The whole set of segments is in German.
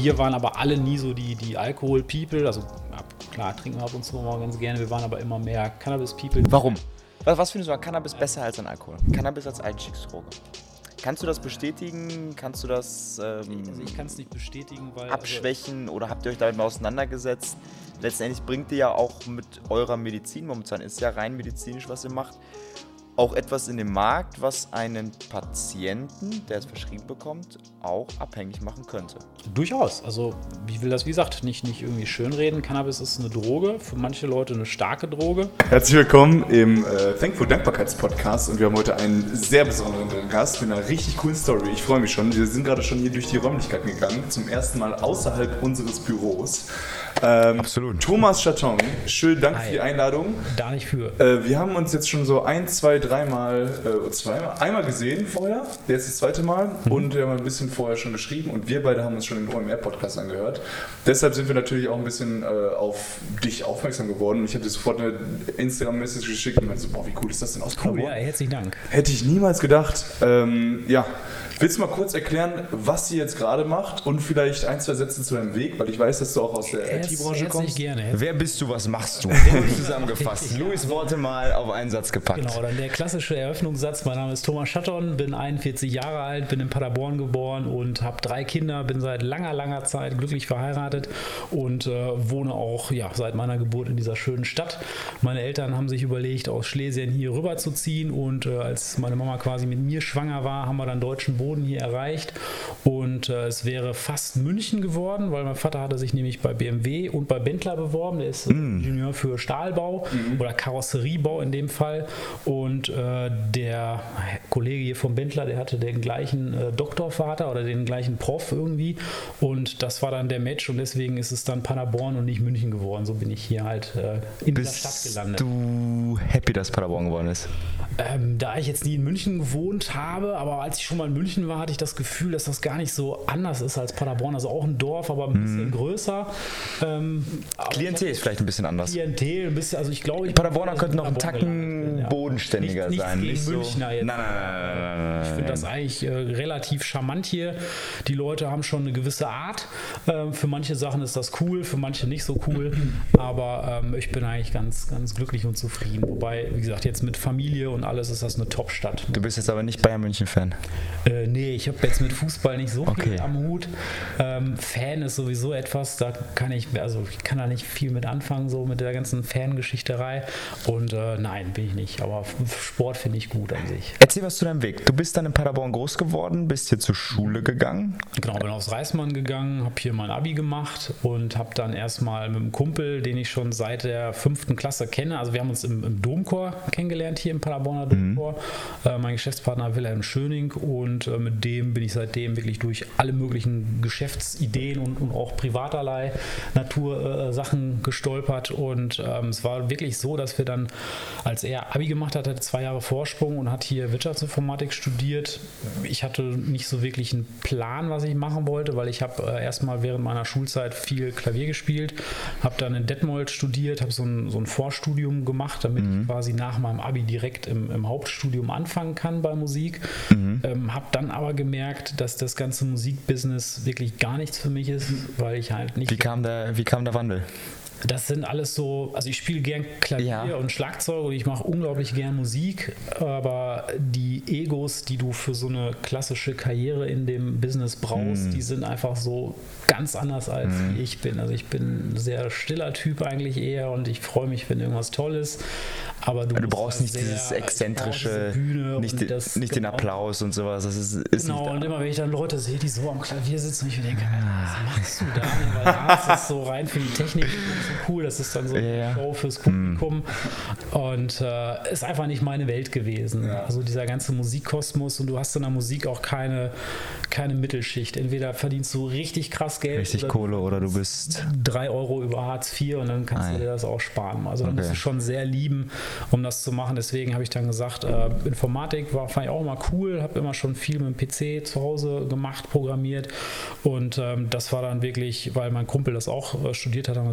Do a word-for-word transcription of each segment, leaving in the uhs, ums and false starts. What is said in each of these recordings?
wir waren aber alle nie so die, die Alkohol-People. Also ja, klar, trinken wir ab und zu mal ganz gerne. Wir waren aber immer mehr Cannabis-People. Warum? Was, was findest du an Cannabis besser als an Alkohol? Cannabis als Einstiegsdroge. Kannst du das bestätigen? Kannst du das ähm, also ich kann es nicht bestätigen, weil... abschwächen also, oder habt ihr euch damit mal auseinandergesetzt? Letztendlich bringt ihr ja auch mit eurer Medizin, momentan ist ja rein medizinisch, was ihr macht, auch etwas in den Markt, was einen Patienten, der es verschrieben bekommt, auch abhängig machen könnte. Durchaus. Also ich will das, wie gesagt, nicht, nicht irgendwie schönreden. Cannabis ist eine Droge, für manche Leute eine starke Droge. Herzlich willkommen im äh, Thankful Dankbarkeits-Podcast und wir haben heute einen sehr besonderen Gast mit einer richtig coolen Story. Ich freue mich schon. Wir sind gerade schon hier durch die Räumlichkeiten gegangen, zum ersten Mal außerhalb unseres Büros. Ähm, Absolut. Thomas Chaton, schönen Dank Hi. für die Einladung. Da nicht für. Äh, wir haben uns jetzt schon so ein, zwei, dreimal, äh, zweimal, einmal gesehen vorher, jetzt das zweite Mal mhm. und wir haben ein bisschen vorher schon geschrieben und wir beide haben uns schon den O M R-Podcast angehört. Deshalb sind wir natürlich auch ein bisschen äh, auf dich aufmerksam geworden und ich habe dir sofort eine Instagram-Message geschickt und meinte so, boah, wie cool ist das denn aus Cool, ja, herzlichen Dank. Hätte ich niemals gedacht. Ähm, ja. Willst du mal kurz erklären, was sie jetzt gerade macht und vielleicht ein, zwei Sätze zu deinem Weg, weil ich weiß, dass du auch aus der I T-Branche kommst. Gerne. Wer bist du, was machst du? Zusammengefasst. Louis Worte mal auf einen Satz gepackt. Genau, dann der klassische Eröffnungssatz. Mein Name ist Thomas Chaton, bin einundvierzig Jahre alt, bin in Paderborn geboren und habe drei Kinder, bin seit langer, langer Zeit glücklich verheiratet und äh, wohne auch ja, seit meiner Geburt in dieser schönen Stadt. Meine Eltern haben sich überlegt, aus Schlesien hier rüber zu ziehen und äh, als meine Mama quasi mit mir schwanger war, haben wir dann deutschen Boden hier erreicht und äh, es wäre fast München geworden, weil mein Vater hatte sich nämlich bei B M W und bei Benteler beworben, der ist mm. Ingenieur für Stahlbau mm. oder Karosseriebau in dem Fall und äh, der Kollege hier vom Benteler, der hatte den gleichen äh, Doktorvater oder den gleichen Prof irgendwie und das war dann der Match und deswegen ist es dann Paderborn und nicht München geworden, so bin ich hier halt äh, in Bist dieser Stadt gelandet. Bist du happy, dass Paderborn geworden ist? Ähm, da ich jetzt nie in München gewohnt habe, aber als ich schon mal in München war, hatte ich das Gefühl, dass das gar nicht so anders ist als Paderborn. Also auch ein Dorf, aber ein bisschen mm. größer. Ähm, Klientel ist vielleicht ein bisschen anders. Klientel, ein bisschen, also ich glaube... Die Paderborner könnten noch einen Tacken ja. bodenständiger nicht, sein. Nicht gegen Münchner so. jetzt. Nein, nein, nein, nein, nein. Ich finde das eigentlich äh, relativ charmant hier. Die Leute haben schon eine gewisse Art. Ähm, für manche Sachen ist das cool, für manche nicht so cool. Aber ähm, ich bin eigentlich ganz, ganz glücklich und zufrieden. Wobei, wie gesagt, jetzt mit Familie und alles ist das eine Top-Stadt. Du bist jetzt aber nicht Bayern München-Fan? Äh, nee, ich habe jetzt mit Fußball nicht so okay. viel am Hut. Ähm, Fan ist sowieso etwas, da kann ich, also ich kann da nicht viel mit anfangen, so mit der ganzen Fangeschichterei. Und äh, nein, bin ich nicht. Aber Sport finde ich gut an sich. Erzähl was zu deinem Weg. Du bist dann in Paderborn groß geworden, bist hier zur Schule gegangen? Genau, bin aufs Reismann gegangen, habe hier mein Abi gemacht und habe dann erstmal mit einem Kumpel, den ich schon seit der fünften Klasse kenne, also wir haben uns im, im Domchor kennengelernt, hier im Paderborner Domchor, mhm. äh, mein Geschäftspartner Wilhelm Schöning und äh, mit dem bin ich seitdem wirklich durch alle möglichen Geschäftsideen und, und auch privaterlei Natursachen äh, gestolpert und ähm, es war wirklich so, dass wir dann, als er Abi gemacht hat, hatte zwei Jahre Vorsprung und hat hier Wirtschaftsinformatik studiert. Ich hatte nicht so wirklich einen Plan, was ich machen wollte, weil ich habe äh, erstmal während meiner Schulzeit viel Klavier gespielt, habe dann in Detmold studiert, habe so ein, so ein Vorstudium gemacht, damit mhm. ich quasi nach meinem Abi direkt im, im Hauptstudium anfangen kann bei Musik. Mhm. Ähm, habe dann aber gemerkt, dass das ganze Musikbusiness wirklich gar nichts für mich ist, weil ich halt nicht... Wie kam der, wie kam der Wandel? Das sind alles so, also ich spiele gern Klavier ja. und Schlagzeug und ich mache unglaublich gern Musik, aber die Egos, die du für so eine klassische Karriere in dem Business brauchst, mm. die sind einfach so ganz anders als mm. ich bin. Also ich bin ein sehr stiller Typ eigentlich eher und ich freue mich, wenn irgendwas toll ist. Aber du, du brauchst nicht sehr, dieses exzentrische, nicht, die, das, nicht genau. den Applaus und sowas. Das ist, ist genau, nicht und immer wenn ich dann Leute sehe, die so am Klavier sitzen und ich mir denke, was machst du da? Weil da ist es so rein für die Technik so cool, das ist dann so eine ja. Show fürs Publikum mm. und äh, ist einfach nicht meine Welt gewesen. Ja. Also dieser ganze Musikkosmos und du hast in der Musik auch keine, keine Mittelschicht. Entweder verdienst du richtig krass Geld richtig oder Kohle oder du bist drei Euro über Hartz vier und dann kannst Nein. du dir das auch sparen. Also okay. da musst du schon sehr lieben, um das zu machen. Deswegen habe ich dann gesagt, äh, Informatik war, fand ich auch immer cool, habe immer schon viel mit dem P C zu Hause gemacht, programmiert und ähm, das war dann wirklich, weil mein Kumpel das auch äh, studiert hat, haben wir gesagt, gut,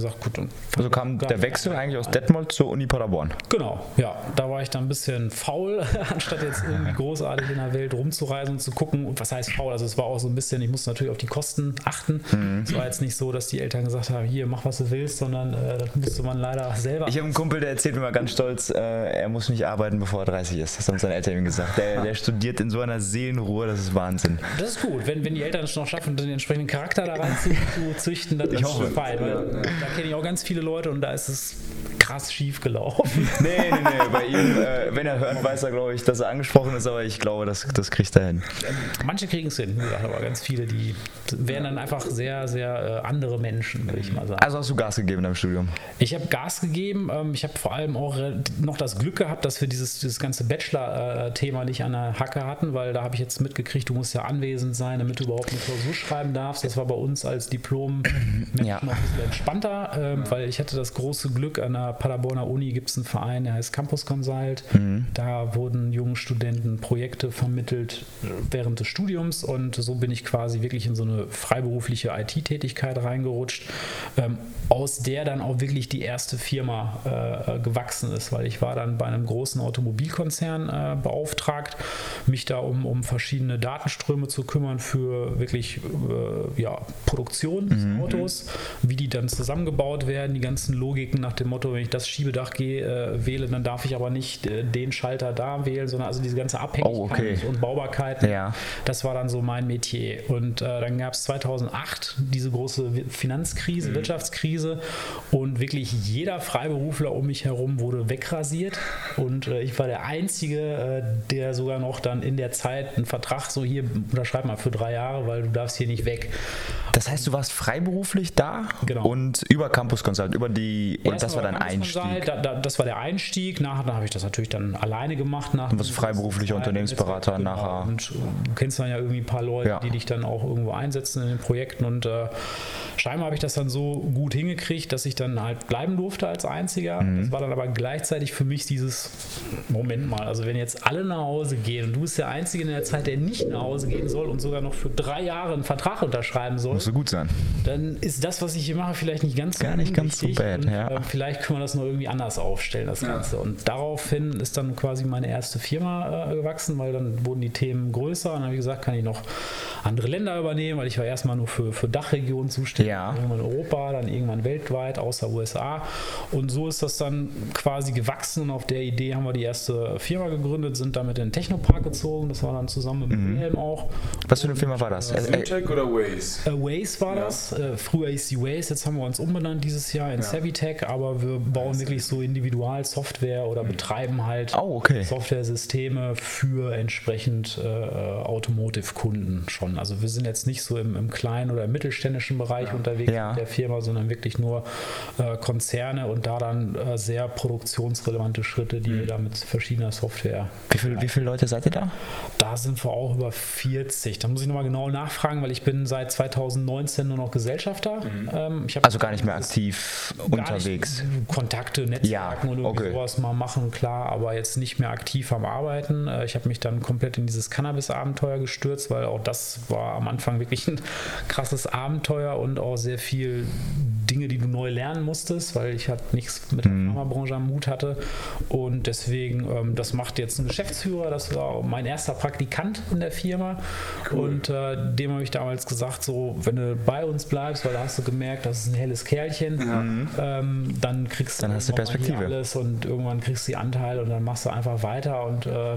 Also kam der Wechsel eigentlich aus Detmold zur Uni Paderborn? Genau, ja. Da war ich dann ein bisschen faul, anstatt jetzt irgendwie großartig in der Welt rumzureisen und zu gucken. Und was heißt faul? Also es war auch so ein bisschen, ich musste natürlich auf die Kosten achten. Mhm. Es war jetzt nicht so, dass die Eltern gesagt haben, hier, mach was du willst, sondern äh, das musste man leider selber. Ich habe einen Kumpel, der erzählt mir mal ganz stolz, äh, er muss nicht arbeiten, bevor er dreißig ist. Das haben seine Eltern ihm gesagt. Der, der studiert in so einer Seelenruhe, das ist Wahnsinn. Das ist gut, wenn, wenn die Eltern es noch schaffen, den entsprechenden Charakter da rein zu, zu züchten, dann ist es fein. Weil, ja. Da kenne ich auch ganz viele Leute und da ist es krass schief gelaufen. Nee, nee, nee, bei ihm, äh, wenn er hört, weiß er, glaube ich, dass er angesprochen ist, aber ich glaube, das, das kriegt er hin. Manche kriegen es hin, aber ganz viele, die wären dann einfach sehr, sehr äh, andere Menschen, würde ich mal sagen. Also hast du Gas gegeben in deinem Studium? Ich habe Gas gegeben. Ähm, ich habe vor allem auch noch das Glück gehabt, dass wir dieses, dieses ganze Bachelor-Thema nicht an der Hacke hatten, weil da habe ich jetzt mitgekriegt, du musst ja anwesend sein, damit du überhaupt eine Klausur schreiben darfst. Das war bei uns als Diplom-Menschen ja. noch ein bisschen entspannter, ähm, ja. weil ich hatte das große Glück, an der Paderborner Uni gibt es einen Verein, der heißt Campus Consult. Mhm. Da wurden jungen Studenten Projekte vermittelt während des Studiums und so bin ich quasi wirklich in so eine freiberufliche I T-Tätigkeit reingerutscht, ähm, aus der dann auch wirklich die erste Firma äh, gewachsen ist, weil ich war dann bei einem großen Automobilkonzern äh, beauftragt, mich da um, um verschiedene Datenströme zu kümmern für wirklich äh, ja, Produktion des mhm. Autos, wie die dann zusammengebaut werden, die ganzen Logiken nach dem Motto, wenn ich das Schiebedach gehe, äh, wähle, dann darf ich aber nicht äh, den Schalter da wählen, sondern also diese ganze Abhängigkeit oh, okay. und Baubarkeiten, ja. das war dann so mein Metier. Und äh, dann gab es zweitausendacht diese große Finanzkrise, mhm. Wirtschaftskrise und wirklich jeder Freiberufler um mich herum wurde wegrasiert und äh, ich war der Einzige, äh, der sogar noch dann in der Zeit einen Vertrag so hier unterschreib mal für drei Jahre, weil du darfst hier nicht weg. Das heißt, du warst freiberuflich da genau. und über Campus Consult, über die, und das war dein Einstieg? Da, da, das war der Einstieg, nachher dann habe ich das natürlich dann alleine gemacht. Nach und was freiberuflicher Unternehmensberater genau. nachher. Und du kennst dann ja irgendwie ein paar Leute, ja. die dich dann auch irgendwo einsetzen in den Projekten und äh, scheinbar habe ich das dann so gut hingekriegt, dass ich dann halt bleiben durfte als Einziger. Mhm. Das war dann aber gleichzeitig für mich dieses, Moment mal, also wenn jetzt alle nach Hause gehen und du bist der Einzige in der Zeit, der nicht nach Hause gehen soll und sogar noch für drei Jahre einen Vertrag unterschreiben soll, muss so gut sein. Dann ist das, was ich hier mache, vielleicht nicht ganz Gar nicht ganz so bad, und, ja. äh, vielleicht können wir das noch irgendwie anders aufstellen, das ja. Ganze. Und daraufhin ist dann quasi meine erste Firma äh, gewachsen, weil dann wurden die Themen größer und dann habe ich gesagt, kann ich noch andere Länder übernehmen, weil ich war erstmal nur für, für Dachregionen zuständig, ja. irgendwann Europa, dann irgendwann weltweit, außer U S A. Und so ist das dann quasi gewachsen und auf der Idee haben wir die erste Firma gegründet, sind damit in den Technopark gezogen, das war dann zusammen mit mhm. Wilhelm auch. Was für eine Firma war das? Savitech oder Waze? Äh, Waze war ja. das, äh, früher hieß die Waze, jetzt haben wir uns umbenannt dieses Jahr in ja. Savitech, aber wir bauen ja, wirklich so Individualsoftware oder mhm. betreiben halt oh, okay. Software-Systeme für entsprechend äh, Automotive-Kunden schon. Also wir sind jetzt nicht so im, im kleinen oder im mittelständischen Bereich ja. unterwegs ja. mit der Firma, sondern wirklich nur äh, Konzerne und da dann äh, sehr produktionsrelevante Schritte, die mhm. wir da mit verschiedener Software. Wie, viel, wie viele Leute seid ihr da? Da sind wir auch über vierzig. Da muss ich nochmal genau nachfragen, weil ich bin seit zweitausendneunzehn nur noch Gesellschafter. Mhm. Ähm, ich also gar nicht mehr aktiv unterwegs? Kontakte, Netzwerken ja, und irgendwie okay. sowas mal machen, klar, aber jetzt nicht mehr aktiv am Arbeiten. Ich habe mich dann komplett in dieses Cannabis-Abenteuer gestürzt, weil auch das war am Anfang wirklich ein krasses Abenteuer und auch sehr viel Dinge, die du neu lernen musstest, weil ich halt nichts mit der mhm. Pharmabranche am Hut hatte und deswegen, ähm, das macht jetzt ein Geschäftsführer, das war mein erster Praktikant in der Firma cool. und äh, dem habe ich damals gesagt, so, wenn du bei uns bleibst, weil da hast du gemerkt, das ist ein helles Kerlchen, mhm. ähm, dann kriegst dann du hast du Perspektive. alles und irgendwann kriegst du die Anteile und dann machst du einfach weiter und äh,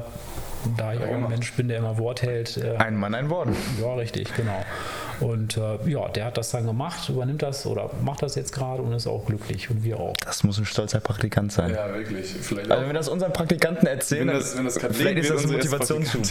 da ich auch ein Mensch bin, der immer Wort hält. Äh, ein Mann, ein Wort. Ja, richtig, genau. Und äh, ja, der hat das dann gemacht, übernimmt das oder macht das jetzt gerade und ist auch glücklich und wir auch. Das muss ein stolzer Praktikant sein. Ja, wirklich. Vielleicht also wenn wir das unseren Praktikanten erzählen, wenn das, wenn das vielleicht ist das ein Motivationsschub.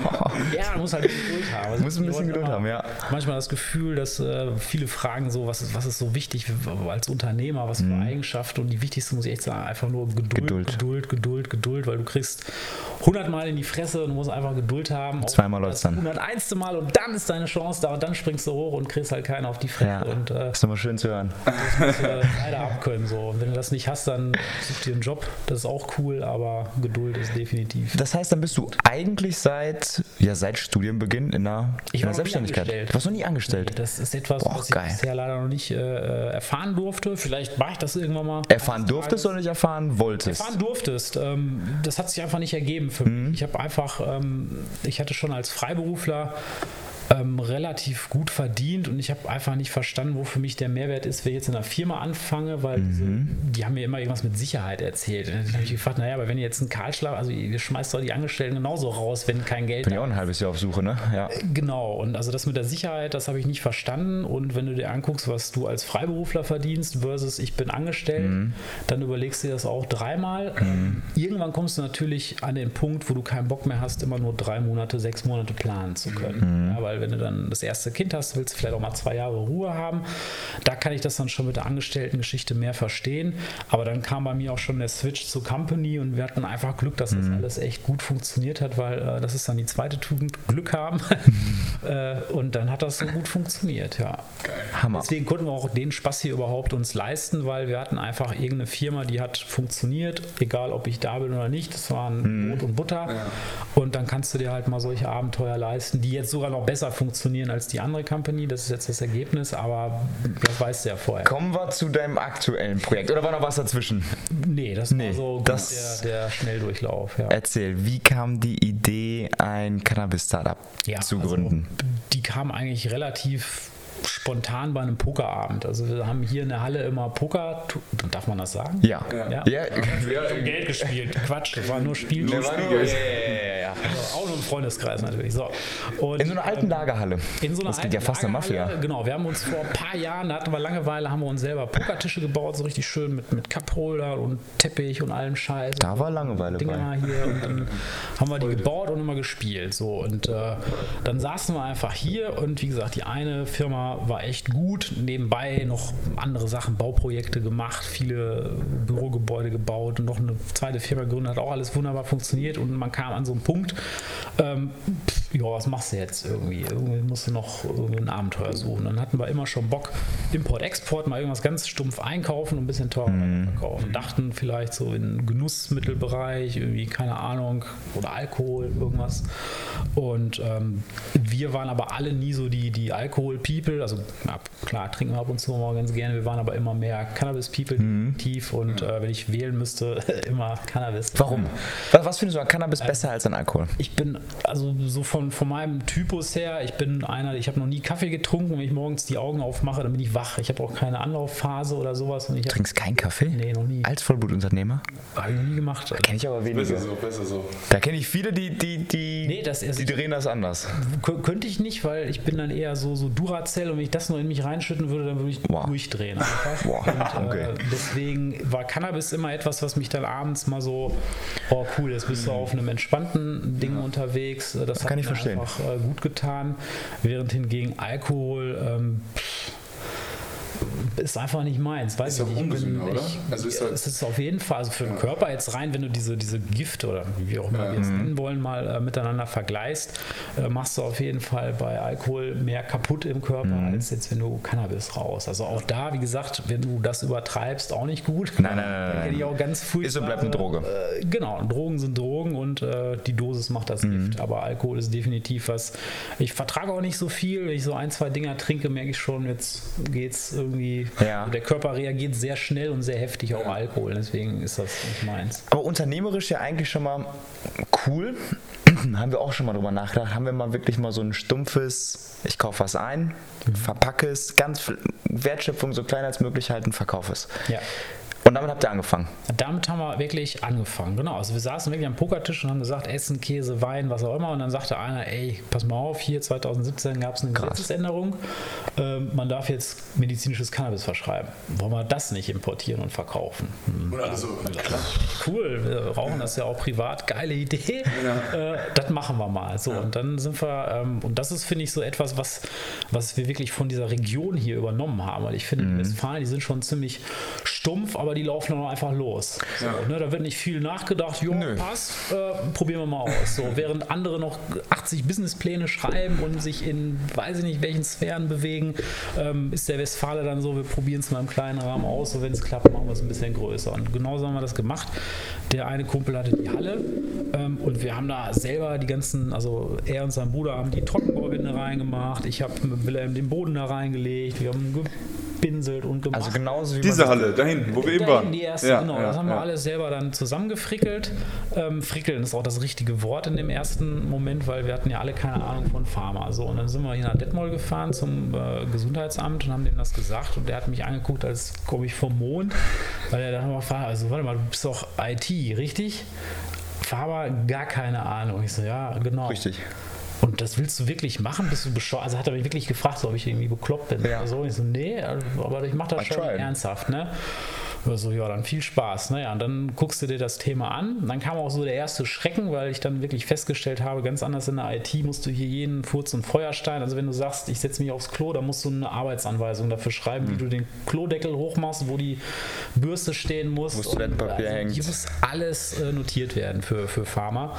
Ja, man muss halt ein bisschen Geduld haben. Also muss ein bisschen Geduld haben, ja. Manchmal das Gefühl, dass äh, viele fragen so, was ist, was ist so wichtig als Unternehmer, was für mhm. Eigenschaften und die wichtigste muss ich echt sagen, einfach nur Geduld, Geduld, Geduld, Geduld, Geduld, weil du kriegst hundertmal in die Fresse und du musst einfach Geduld haben. Zweimal läuft es dann. hunderteins Mal und dann ist deine Chance da und dann springst springst du hoch und kriegst halt keinen auf die Fresse. Ja, und, äh, ist nochmal schön zu hören. Das musst du leider abkönnen. So. Und wenn du das nicht hast, dann such dir einen Job. Das ist auch cool, aber Geduld ist definitiv. Das heißt, dann bist du eigentlich seit, ja, seit Studienbeginn in der, Ich in war der noch nie Selbstständigkeit. angestellt. Du warst noch nie angestellt. Nee, das ist etwas, Boah, was geil. ich bisher leider noch nicht äh, erfahren durfte. Vielleicht mache ich das irgendwann mal. Erfahren Eines durftest Tages. oder nicht erfahren wolltest? Erfahren durftest. Ähm, das hat sich einfach nicht ergeben für mich. Ich habe einfach, ähm, ich hatte schon als Freiberufler ähm, relativ gut verdient und ich habe einfach nicht verstanden, wo für mich der Mehrwert ist, wenn ich jetzt in einer Firma anfange, weil Mhm. diese, die haben mir immer irgendwas mit Sicherheit erzählt. Und dann habe ich gefragt, naja, aber wenn ihr jetzt einen Kahlschlag, also ihr schmeißt doch die Angestellten genauso raus, wenn kein Geld Bin da ja auch ein halbes Jahr auf Suche, ne? Ja. Genau, und also das mit der Sicherheit, das habe ich nicht verstanden. Und wenn du dir anguckst, was du als Freiberufler verdienst versus ich bin angestellt, Mhm. dann überlegst du dir das auch dreimal. Ähm, irgendwann kommst du natürlich an den Punkt, wo du keinen Bock mehr hast, immer nur drei Monate, sechs Monate planen zu können. Mhm. Ja, weil wenn du dann das erste Kind hast, willst du vielleicht auch mal zwei Jahre Ruhe haben. Da kann ich das dann schon mit der Angestellten-Geschichte mehr verstehen. Aber dann kam bei mir auch schon der Switch zur Company und wir hatten einfach Glück, dass das alles echt gut funktioniert hat, weil äh, das ist dann die zweite Tugend, Glück haben. äh, und dann hat das so gut funktioniert, ja. Hammer. Deswegen konnten wir auch den Spaß hier überhaupt uns leisten, weil wir hatten einfach irgendeine Firma, die hat funktioniert, egal ob ich da bin oder nicht. Das waren Brot und Butter. Und dann kannst du dir halt mal solche Abenteuer leisten, die jetzt sogar noch besser funktionieren als die andere Company. Das ist jetzt das Ergebnis, aber das weißt du ja vorher. Kommen wir zu deinem aktuellen Projekt. Oder war noch was dazwischen? Nee, das Nee, war so gut das- der, der Schnelldurchlauf. Ja. Erzähl, wie kam die Idee, ein Cannabis-Startup Ja, zu also, gründen? die kam eigentlich relativ spontan bei einem Pokerabend. Also wir haben hier in der Halle immer Poker, darf man das sagen? Ja. Ja. Ja. Ja, Um Geld gespielt. Quatsch, das war nur Spiel. Nur Spielgeld. Also auch nur im Freundeskreis natürlich. So. Und, In so einer alten ähm, Lagerhalle. In so einer das klingt ja alten fast eine Mafia. Lagerhalle. Genau, wir haben uns vor ein paar Jahren, da hatten wir Langeweile, haben wir uns selber Pokertische gebaut, so richtig schön mit, mit Cupholder und Teppich und allem Scheiß. Da war Langeweile Dinger bei. hier und dann haben wir die gebaut und immer gespielt. So. Und äh, dann saßen wir einfach hier und wie gesagt, die eine Firma war echt gut. Nebenbei noch andere Sachen, Bauprojekte gemacht, viele Bürogebäude gebaut und noch eine zweite Firma gegründet, hat auch alles wunderbar funktioniert und man kam an so einen Punkt, ähm, pff, ja, was machst du jetzt irgendwie? Irgendwie musst du noch irgendwie ein Abenteuer suchen. Dann hatten wir immer schon Bock, Import, Export, mal irgendwas ganz stumpf einkaufen und ein bisschen teurer verkaufen. Dachten vielleicht so in Genussmittelbereich, irgendwie, keine Ahnung, oder Alkohol, irgendwas. Und ähm, wir waren aber alle nie so die, die Alkohol-People, also ja, klar, trinken wir ab und zu mal ganz gerne, wir waren aber immer mehr Cannabis-People tief und äh, wenn ich wählen müsste, immer Cannabis. Warum? Was, was findest du an Cannabis besser als an Alkohol? Ich bin, also so von, von meinem Typus her, ich bin einer, ich habe noch nie Kaffee getrunken, wenn ich morgens die Augen aufmache, dann bin ich wach. Ich habe auch keine Anlaufphase oder sowas. Und ich hab, Trinkst keinen Kaffee? Nee, noch nie. Als Vollblutunternehmer? Habe ich noch nie gemacht. Kenne ich aber wenige. besser so, besser so. Da kenne ich viele, die, die, die, Nee, das ist- die drehen das anders. Kö- könnte ich nicht, weil ich bin dann eher so, so Duracell und wenn ich das nur in mich reinschütten würde, dann würde ich Wow. durchdrehen. Einfach. Wow, Und, okay. äh, deswegen war Cannabis immer etwas, was mich dann abends mal so, oh cool, jetzt bist du auf einem entspannten Ding unterwegs. Das hat Kann ich mir verstehen. einfach äh, gut getan. Während hingegen Alkohol ähm, ist einfach nicht meins. Weiß Ist ich auch nicht. Ich ungesünder, bin- oder? Ich, Also ist halt- es ist auf jeden Fall, also für den Körper jetzt rein, wenn du diese, diese Gifte oder wie auch immer Ja. wir es nennen wollen, mal äh, miteinander vergleichst, äh, machst du auf jeden Fall bei Alkohol mehr kaputt im Körper, als jetzt, wenn du Cannabis raus. Also auch da, wie gesagt, wenn du das übertreibst, auch nicht gut. Nein, nein, nein, Da nein. kenne ich auch ganz furchtbar. Ist und bleibt eine Droge. Äh, genau, Drogen sind Drogen und äh, die Dosis macht das Gift. Aber Alkohol ist definitiv was. Ich vertrage auch nicht so viel. Wenn ich so ein, zwei Dinger trinke, merke ich schon, jetzt geht's irgendwie. Ja. Der Körper reagiert sehr schnell und sehr heftig auf Alkohol. Deswegen ist das nicht meins. Aber unternehmerisch ja eigentlich schon mal cool. Haben wir auch schon mal drüber nachgedacht. Haben wir mal wirklich mal so ein stumpfes, ich kaufe was ein, verpacke es, ganz viel Wertschöpfung so klein als möglich halten, verkaufe es. Ja. Und damit habt ihr angefangen. Damit haben wir wirklich angefangen, genau. Also wir saßen wirklich am Pokertisch und haben gesagt, Essen, Käse, Wein, was auch immer. Und dann sagte einer, ey, pass mal auf, hier zwanzig siebzehn gab es eine Krass. Gesetzesänderung. Ähm, man darf jetzt medizinisches Cannabis verschreiben. Wollen wir das nicht importieren und verkaufen? Hm. Und alles so, klar. Cool, wir rauchen das ja auch privat, geile Idee. Äh, das machen wir mal. So, und dann sind wir, ähm, und das ist, finde ich, so etwas, was, was wir wirklich von dieser Region hier übernommen haben. Weil ich finde, die Westfalen, die sind schon ziemlich stumpf, aber die laufen dann einfach los. So, Ja. ne, da wird nicht viel nachgedacht, jo, Nö. passt, äh, probieren wir mal aus. So, während andere noch achtzig Businesspläne schreiben und sich in weiß ich nicht welchen Sphären bewegen, ähm, ist der Westfale dann so, wir probieren es mal im kleinen Rahmen aus, so wenn es klappt, machen wir es ein bisschen größer. Und genauso haben wir das gemacht. Der eine Kumpel hatte die Halle ähm, und wir haben da selber die ganzen, also er und sein Bruder haben die Trockenbauwände reingemacht, ich habe mit Wilhelm den Boden da reingelegt, wir haben gepinselt und gemacht. Also genauso wie Diese man Halle, da hinten, wo wir eben Da hinten waren. die erste, Ja, genau. ja, das haben wir ja. alles selber dann zusammengefrickelt. Ähm, frickeln ist auch das richtige Wort in dem ersten Moment, weil wir hatten ja alle keine Ahnung von Pharma. So, und dann sind wir hier nach Detmold gefahren zum äh, Gesundheitsamt und haben dem das gesagt und der hat mich angeguckt, als komme ich vom Mond, weil er dann mal fragt, also warte mal, du bist doch I T, richtig? Pharma, gar keine Ahnung. Ich so, ja, genau. Richtig. Und das willst du wirklich machen? Bist du bescheuert? Also hat er mich wirklich gefragt, so, ob ich irgendwie bekloppt bin. Ja. Oder so. Ich so, nee, aber ich mache das I schon tried. ernsthaft. Ne? So, ja, dann viel Spaß. Naja, und dann guckst du dir das Thema an. Und dann kam auch so der erste Schrecken, weil ich dann wirklich festgestellt habe, ganz anders in der I T musst du hier jeden Furz und Feuerstein, also wenn du sagst, ich setze mich aufs Klo, dann musst du eine Arbeitsanweisung dafür schreiben, Mhm. wie du den Klodeckel hochmachst, wo die Bürste stehen muss. Wo das Toilettenpapier also, hängt. hier muss alles äh, notiert werden für, für Pharma.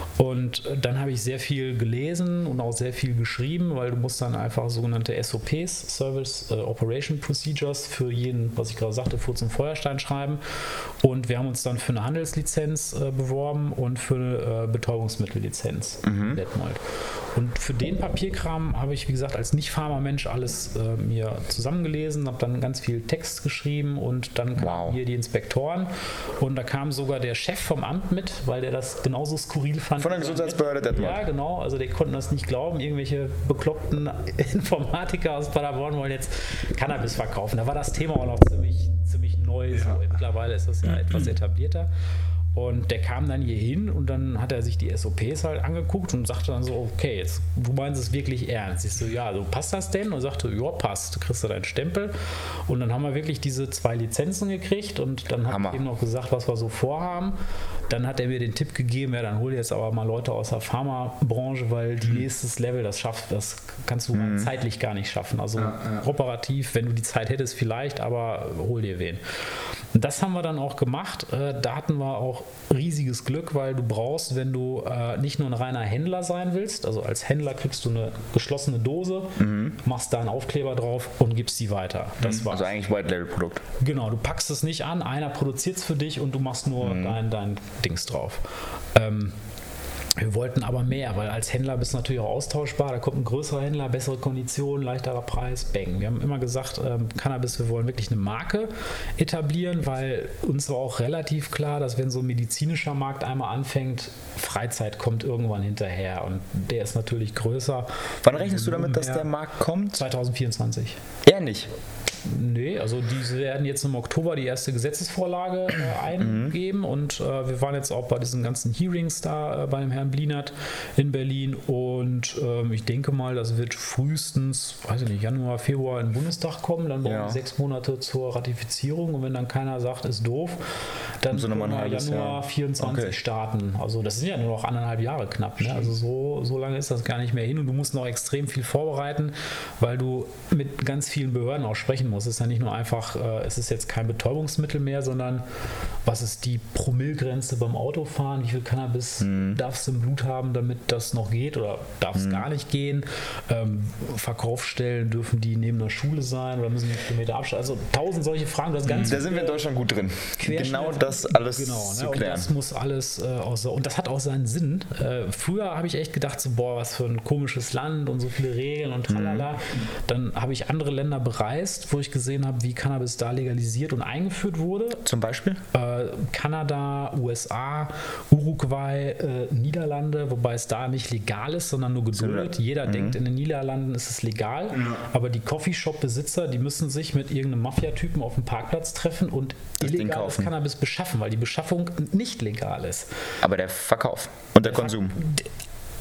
Und äh, dann habe ich sehr viel gelesen und auch sehr viel geschrieben, weil du musst dann einfach sogenannte S O Ps, Service äh, Operation Procedures, für jeden, was ich gerade sagte, Furz und Feuerstein schreiben. Und wir haben uns dann für eine Handelslizenz äh, beworben und für eine äh, Betäubungsmittellizenz in Detmold. Und für den Papierkram habe ich, wie gesagt, als Nicht-Pharma-Mensch alles äh, mir zusammengelesen, habe dann ganz viel Text geschrieben und dann kamen Wow. hier die Inspektoren und da kam sogar der Chef vom Amt mit, weil der das genauso skurril fand. Von der Gesundheitsbehörde Detmold. Ja, genau. Also die konnten das nicht glauben. Irgendwelche bekloppten Informatiker aus Paderborn wollen jetzt Cannabis verkaufen. Da war das Thema auch noch ziemlich, ziemlich neu. So. Mittlerweile ist das ja etwas etablierter. Und der kam dann hier hin und dann hat er sich die S O Ps halt angeguckt und sagte dann so, okay, jetzt, du meinst es wirklich ernst. Ich so, ja, so passt das denn? Und sagte, ja, passt, du kriegst du deinen Stempel. Und dann haben wir wirklich diese zwei Lizenzen gekriegt und dann Hammer. hat er ihm noch gesagt, was wir so vorhaben. Dann hat er mir den Tipp gegeben, ja, dann hol dir jetzt aber mal Leute aus der Pharmabranche, weil die nächstes Level, das schafft, das kannst du Mhm. zeitlich gar nicht schaffen. Also Ja, ja. operativ, wenn du die Zeit hättest, vielleicht, aber hol dir wen. Und das haben wir dann auch gemacht. Äh, Da hatten wir auch riesiges Glück, weil du brauchst, wenn du äh, nicht nur ein reiner Händler sein willst, also als Händler kriegst du eine geschlossene Dose, machst da einen Aufkleber drauf und gibst die weiter. Das war's. Also eigentlich White-Label-Produkt. Genau, du packst es nicht an, einer produziert es für dich und du machst nur dein, dein Dings drauf. Ähm, wir wollten aber mehr, weil als Händler bist du natürlich auch austauschbar. Da kommt ein größerer Händler, bessere Konditionen, leichterer Preis, bang. Wir haben immer gesagt, ähm, Cannabis, wir wollen wirklich eine Marke etablieren, weil uns war auch relativ klar, dass wenn so ein medizinischer Markt einmal anfängt, Freizeit kommt irgendwann hinterher und der ist natürlich größer. Wann rechnest du damit, dass Ja. der Markt kommt? zwanzig vierundzwanzig. Eher nicht. Nee, also die werden jetzt im Oktober die erste Gesetzesvorlage äh, eingeben und äh, wir waren jetzt auch bei diesen ganzen Hearings da äh, bei dem Herrn Blinert in Berlin und ähm, ich denke mal, das wird frühestens, weiß ich nicht, Januar, Februar in den Bundestag kommen, dann brauchen Ja. wir sechs Monate zur Ratifizierung und wenn dann keiner sagt, ist doof, dann So können nochmal ein wir halbes Januar Jahr. vierundzwanzig Okay. starten. Also das sind ja nur noch anderthalb Jahre knapp, ne? Also so, so lange ist das gar nicht mehr hin und du musst noch extrem viel vorbereiten, weil du mit ganz vielen Behörden auch sprechen musst. Es ist ja nicht nur einfach, äh, es ist jetzt kein Betäubungsmittel mehr, sondern was ist die Promillgrenze beim Autofahren, wie viel Cannabis Mhm. darfst du im Blut haben, damit das noch geht oder darf es gar nicht gehen. Ähm, Verkaufsstellen, dürfen die neben der Schule sein oder müssen die Kilometer Abstand? Also tausend solche Fragen, das ganz Da sind wir in Deutschland gut drin. Querschnitt. Genau das alles Genau, zu ne? Und klären. das muss alles äh, auch so. Und das hat auch seinen Sinn. Äh, früher habe ich echt gedacht, so, boah, was für ein komisches Land und so viele Regeln und tralala. Mhm. Dann habe ich andere Länder bereist, wo ich gesehen habe, wie Cannabis da legalisiert und eingeführt wurde. Zum Beispiel? Äh, Kanada, U S A, Uruguay, äh, Niederlande, wobei es da nicht legal ist, sondern nur geduldet. Jeder denkt, in den Niederlanden ist es legal, aber die Coffeeshop-Besitzer, die müssen sich mit irgendeinem Mafia-Typen auf dem Parkplatz treffen und Das Ding illegales kaufen. Cannabis beschaffen, weil die Beschaffung nicht legal ist. Aber der Verkauf und der Konsum.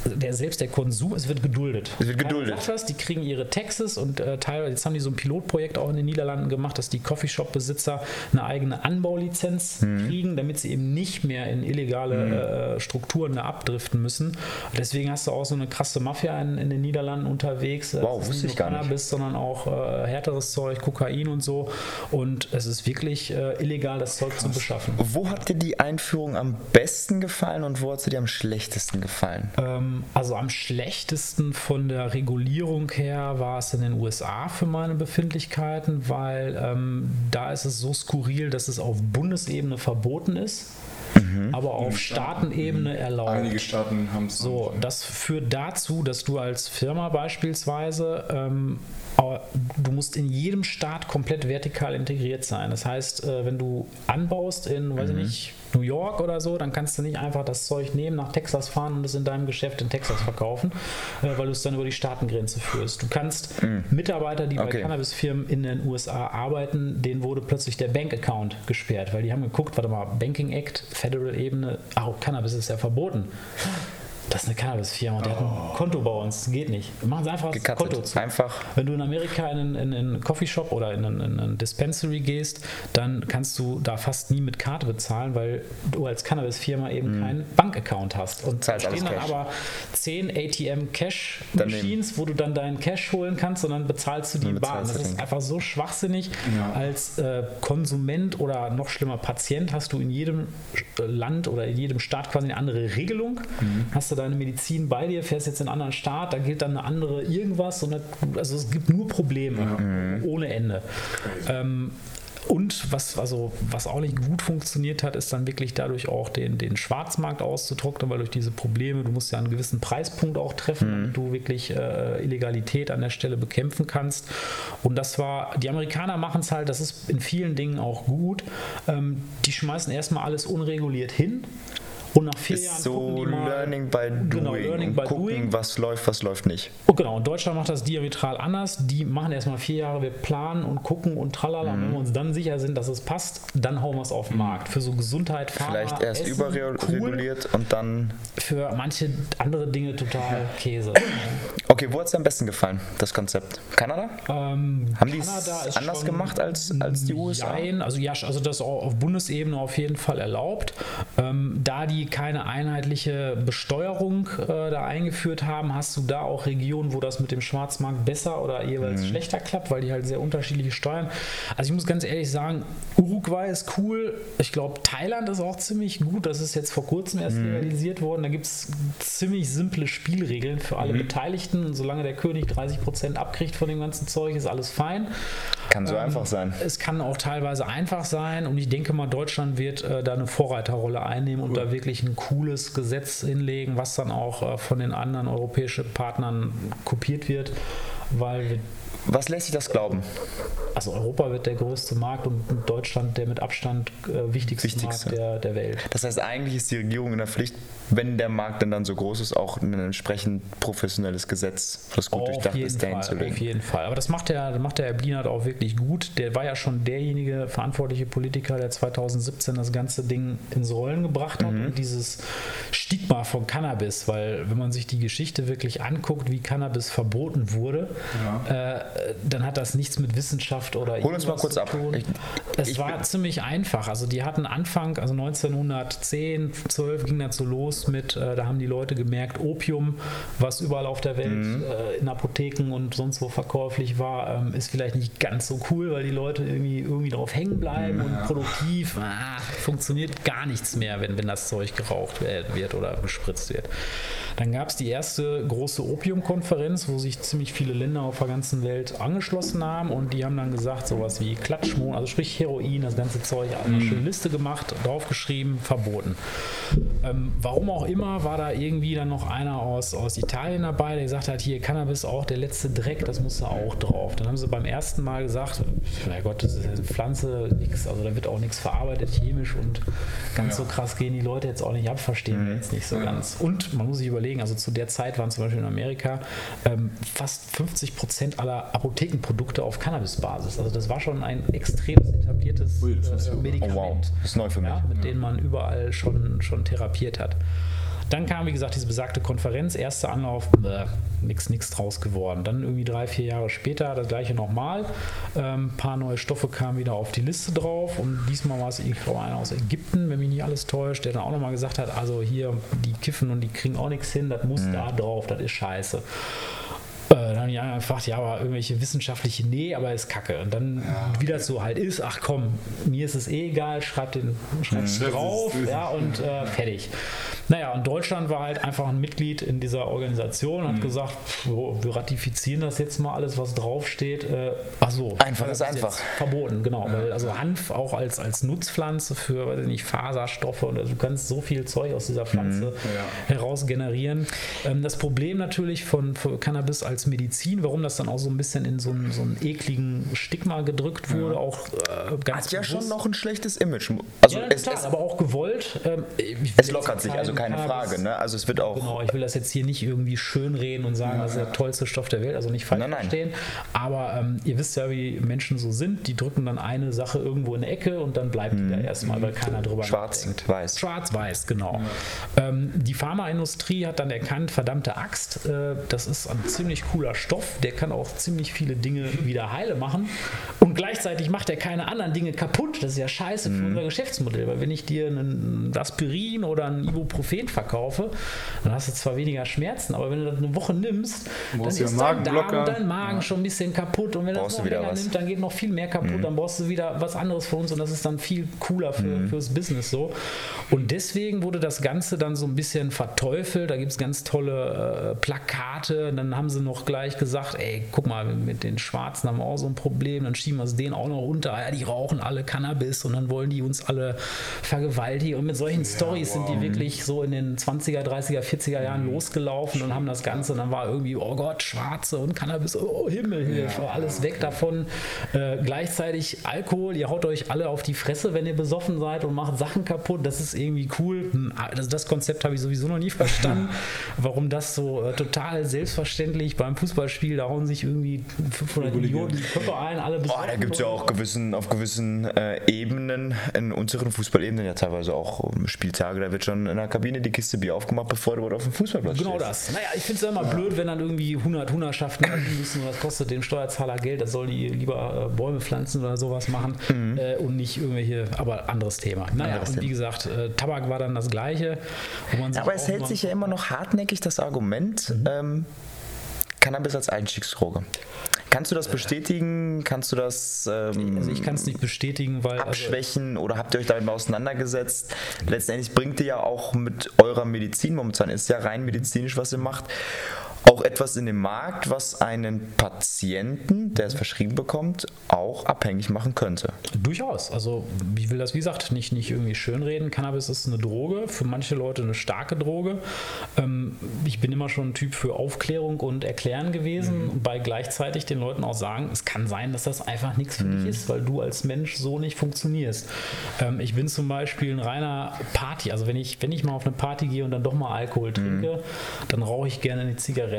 der, selbst der Konsum, es wird geduldet. Es wird geduldet. Keiner sagt was, die kriegen ihre Taxes und äh, teilweise, jetzt haben die so ein Pilotprojekt auch in den Niederlanden gemacht, dass die Coffeeshop-Besitzer eine eigene Anbaulizenz mhm. kriegen, damit sie eben nicht mehr in illegale mhm. äh, Strukturen da abdriften müssen. Deswegen hast du auch so eine krasse Mafia in, in den Niederlanden unterwegs. Wow, das wusste ist ich gar Cannabis, nicht. sondern auch äh, härteres Zeug, Kokain und so. Und es ist wirklich äh, illegal, das Zeug Krass. zu beschaffen. Wo hat dir die Einführung am besten gefallen und wo hat sie dir am schlechtesten gefallen? Ähm, also am schlechtesten von der Regulierung her war es in den U S A für meine Befindlichkeiten, weil ähm, da ist es so skurril, dass es auf Bundesebene verboten ist. Mhm. Aber auf Staatenebene erlaubt. Einige Staaten haben es. So, das führt dazu, dass du als Firma beispielsweise, ähm, du musst in jedem Staat komplett vertikal integriert sein. Das heißt, äh, wenn du anbaust in, mhm. weiß ich nicht, New York oder so, dann kannst du nicht einfach das Zeug nehmen, nach Texas fahren und es in deinem Geschäft in Texas verkaufen, äh, weil du es dann über die Staatengrenze führst. Du kannst mhm. Mitarbeiter, die okay. bei Cannabis-Firmen in den U S A arbeiten, denen wurde plötzlich der Bank-Account gesperrt, weil die haben geguckt, warte mal, Banking Act, Federal-Ebene, ach, Cannabis ist ja verboten. Das ist eine Cannabis-Firma, der oh. hat ein Konto bei uns, geht nicht. Wir machen es einfach das Gekattet. Konto zu. Einfach. Wenn du in Amerika in einen, in einen Coffeeshop oder in einen, in einen Dispensary gehst, dann kannst du da fast nie mit Karte bezahlen, weil du als Cannabis-Firma eben mm. keinen Bankaccount hast. Und da stehen dann aber zehn A T M-Cash-Machines, wo du dann deinen Cash holen kannst und dann bezahlst du die Bar. Das ist einfach so schwachsinnig. Ja. Als äh, Konsument oder noch schlimmer Patient hast du in jedem Land oder in jedem Staat quasi eine andere Regelung. Mm. Hast du deine Medizin bei dir, fährst jetzt in einen anderen Staat, da gilt dann eine andere irgendwas. Und das, also es gibt nur Probleme, mhm. ohne Ende. Ähm, und was, also, was auch nicht gut funktioniert hat, ist dann wirklich dadurch auch den, den Schwarzmarkt auszutrocknen, weil durch diese Probleme, du musst ja einen gewissen Preispunkt auch treffen, mhm. damit du wirklich äh, Illegalität an der Stelle bekämpfen kannst. Und das war, die Amerikaner machen es halt, das ist in vielen Dingen auch gut, ähm, die schmeißen erstmal alles unreguliert hin. Und nach vier ist Jahren so gucken die mal, Learning by Doing genau, Learning und by gucken, doing. was läuft, was läuft nicht. Und genau, und Deutschland macht das diametral anders. Die machen erstmal vier Jahre, wir planen und gucken und tralala. Mhm. Und wenn wir uns dann sicher sind, dass es passt, dann hauen wir es auf den Markt. Für so Gesundheit, Pharma, Vielleicht erst Essen, überreguliert cool. und dann... Für manche andere Dinge total Käse. Okay, wo hat es dir am besten gefallen, das Konzept? Kanada? Ähm, Haben die es anders gemacht als, als die U S A? Nein, also ja, also das auch auf Bundesebene auf jeden Fall erlaubt. Ähm, da die keine einheitliche Besteuerung äh, da eingeführt haben, hast du da auch Regionen, wo das mit dem Schwarzmarkt besser oder jeweils mhm. schlechter klappt, weil die halt sehr unterschiedliche Steuern. Also ich muss ganz ehrlich sagen, Uruguay ist cool. Ich glaube, Thailand ist auch ziemlich gut. Das ist jetzt vor kurzem erst mhm. legalisiert worden. Da gibt es ziemlich simple Spielregeln für alle mhm. Beteiligten. Und solange der König dreißig Prozent abkriegt von dem ganzen Zeug, ist alles fein. Kann so ähm, einfach sein. Es kann auch teilweise einfach sein. Und ich denke mal, Deutschland wird äh, da eine Vorreiterrolle einnehmen und cool. da wirklich ein cooles Gesetz hinlegen, was dann auch äh, von den anderen europäischen Partnern kopiert wird, weil wir Was lässt sich das glauben? Also Europa wird der größte Markt und Deutschland der mit Abstand äh, wichtigste, wichtigste Markt der, der Welt. Das heißt, eigentlich ist die Regierung in der Pflicht, wenn der Markt dann, dann so groß ist, auch ein entsprechend professionelles Gesetz, was gut durchdacht ist, dahin zu legen. Auf jeden Fall. Aber das macht der, macht der Herr Blinert auch wirklich gut. Der war ja schon derjenige verantwortliche Politiker, der zweitausendsiebzehn das ganze Ding ins Rollen gebracht hat mhm. und dieses Stigma von Cannabis, weil wenn man sich die Geschichte wirklich anguckt, wie Cannabis verboten wurde, ja. äh, dann hat das nichts mit Wissenschaft oder Hol uns mal kurz ab. Ich, es ich war ziemlich einfach. Also die hatten Anfang, also neunzehnhundertzehn, zwölf ging das so los mit, äh, da haben die Leute gemerkt, Opium, was überall auf der Welt mhm. äh, in Apotheken und sonst wo verkäuflich war, ähm, ist vielleicht nicht ganz so cool, weil die Leute irgendwie, irgendwie drauf hängen bleiben mhm. und produktiv. Ah, funktioniert gar nichts mehr, wenn, wenn das Zeug geraucht wird oder bespritzt wird. Dann gab es die erste große Opiumkonferenz, wo sich ziemlich viele Länder auf der ganzen Welt angeschlossen haben und die haben dann gesagt, sowas wie Klatschmon, also sprich Heroin, das ganze Zeug, eine schöne Liste gemacht, draufgeschrieben, verboten. Ähm, warum auch immer war da irgendwie dann noch einer aus, aus Italien dabei, der gesagt hat, hier Cannabis auch der letzte Dreck, das muss da auch drauf. Dann haben sie beim ersten Mal gesagt, na Gott, das ist eine Pflanze, nix, also da wird auch nichts verarbeitet chemisch und ganz ja. so krass gehen die Leute jetzt auch nicht ab, verstehen wir jetzt nicht so ganz. Und man muss sich überlegen, also zu der Zeit waren zum Beispiel in Amerika ähm, fast fünfzig Prozent aller Apothekenprodukte auf Cannabisbasis. Also das war schon ein extrem etabliertes äh, Medikament. Oh wow, das ist neu für mich. Ja, mit ja. denen man überall schon, schon therapiert hat. Dann kam, wie gesagt, diese besagte Konferenz, erster Anlauf, äh, nix, nix draus geworden. Dann irgendwie drei, vier Jahre später das gleiche nochmal. Ein ähm, paar neue Stoffe kamen wieder auf die Liste drauf und diesmal war es, ich glaube, einer aus Ägypten, wenn mich nicht alles täuscht, der dann auch nochmal gesagt hat, also hier, die kiffen und die kriegen auch nichts hin, das muss mhm. da drauf, das ist scheiße. Dann haben die anderen gefragt, ja, aber irgendwelche wissenschaftliche, nee, aber ist kacke. Und dann, ja, okay. wie das so halt ist, ach komm, mir ist es eh egal, schreib den schreib's mhm. drauf, ja, und äh, fertig. Naja, und Deutschland war halt einfach ein Mitglied in dieser Organisation, hat mhm. gesagt, so, wir ratifizieren das jetzt mal alles, was draufsteht. Äh, ach so. Einfach ist einfach. Verboten, genau. Ja. Weil also Hanf auch als, als Nutzpflanze für, weiß ich nicht, Faserstoffe und also du kannst so viel Zeug aus dieser Pflanze mhm. ja. heraus generieren. Ähm, das Problem natürlich von, von Cannabis als Medizin, warum das dann auch so ein bisschen in so einen, so einen ekligen Stigma gedrückt wurde, ja. auch äh, ganz hat ja bewusst. Schon noch ein schlechtes Image. Also ja, es, total, es, aber auch gewollt. Ähm, es lockert sich, also keine Cannabis, Frage. Ne? Also es wird auch. Genau, ich will das jetzt hier nicht irgendwie schönreden und sagen, ja, das ist der tollste Stoff der Welt, also nicht falsch nein, nein. verstehen. Aber ähm, ihr wisst ja, wie Menschen so sind, die drücken dann eine Sache irgendwo in der Ecke und dann bleibt hm. die da erstmal, weil keiner drüber Schwarz nachdenkt. Weiß. Schwarz-Weiß, genau. Ja. Ähm, die Pharmaindustrie hat dann erkannt, verdammte Axt, äh, das ist ein ziemlich cooler Stoff, der kann auch ziemlich viele Dinge wieder heile machen und gleichzeitig macht er keine anderen Dinge kaputt. Das ist ja scheiße für mhm. unser Geschäftsmodell, weil wenn ich dir ein Aspirin oder ein Ibuprofen verkaufe, dann hast du zwar weniger Schmerzen, aber wenn du das eine Woche nimmst, dann ist dein Darm und dein Magen ja. schon ein bisschen kaputt und wenn brauchst das noch länger nimmt, dann geht noch viel mehr kaputt, mhm. dann brauchst du wieder was anderes für uns und das ist dann viel cooler für, mhm. fürs Business so. Und deswegen wurde das Ganze dann so ein bisschen verteufelt, da gibt es ganz tolle äh, Plakate, dann haben sie noch gleich gesagt, ey, guck mal, mit den Schwarzen haben wir auch so ein Problem, dann schieben wir es denen auch noch runter, ja, die rauchen alle Cannabis und dann wollen die uns alle vergewaltigen und mit solchen ja, Stories wow. sind die wirklich so in den zwanziger, dreißiger, vierziger Jahren mhm. losgelaufen und haben das Ganze, und dann war irgendwie, oh Gott, Schwarze und Cannabis, oh Himmelhilfe, ja, alles weg davon. Äh, gleichzeitig Alkohol, ihr haut euch alle auf die Fresse, wenn ihr besoffen seid und macht Sachen kaputt, das ist irgendwie cool. Also das Konzept habe ich sowieso noch nie verstanden, warum das so äh, total selbstverständlich beim Fußballspiel, da hauen sich irgendwie fünfhundert Idioten die Köpfe ein, alle besoffen. Oh, da gibt es ja auch gewissen, auf gewissen äh, Ebenen, in unseren Fußballebenen ja teilweise auch um Spieltage, da wird schon in der Kabine die Kiste Bier aufgemacht, bevor du auf dem Fußballplatz Genau stehst. das. Naja, ich finde es ja immer ja. blöd, wenn dann irgendwie hundert Hundertschaften müssen, das kostet dem Steuerzahler Geld, das soll die lieber äh, Bäume pflanzen oder sowas machen mhm. äh, und nicht irgendwelche, aber anderes Thema. Naja, anderes und wie Thema. gesagt, äh, Tabak war dann das Gleiche. Wo man sich aber es hält sich ja immer noch hartnäckig das Argument, mhm. ähm, Cannabis als Einstiegsdroge. Kannst du das bestätigen? Kannst du das ähm, also ich kann es nicht bestätigen, weil abschwächen also, oder habt ihr euch damit mal auseinandergesetzt? Letztendlich bringt ihr ja auch mit eurer Medizin, momentan ist ja rein medizinisch, was ihr macht, auch etwas in den Markt, was einen Patienten, der es verschrieben bekommt, auch abhängig machen könnte. Durchaus. Also ich will das, wie gesagt, nicht, nicht irgendwie schönreden. Cannabis ist eine Droge, für manche Leute eine starke Droge. Ähm, ich bin immer schon ein Typ für Aufklärung und Erklären gewesen, mhm. bei gleichzeitig den Leuten auch sagen, es kann sein, dass das einfach nichts für mhm. dich ist, weil du als Mensch so nicht funktionierst. Ähm, ich bin zum Beispiel ein reiner Party, also wenn ich, wenn ich mal auf eine Party gehe und dann doch mal Alkohol trinke, mhm. dann rauche ich gerne eine Zigarette.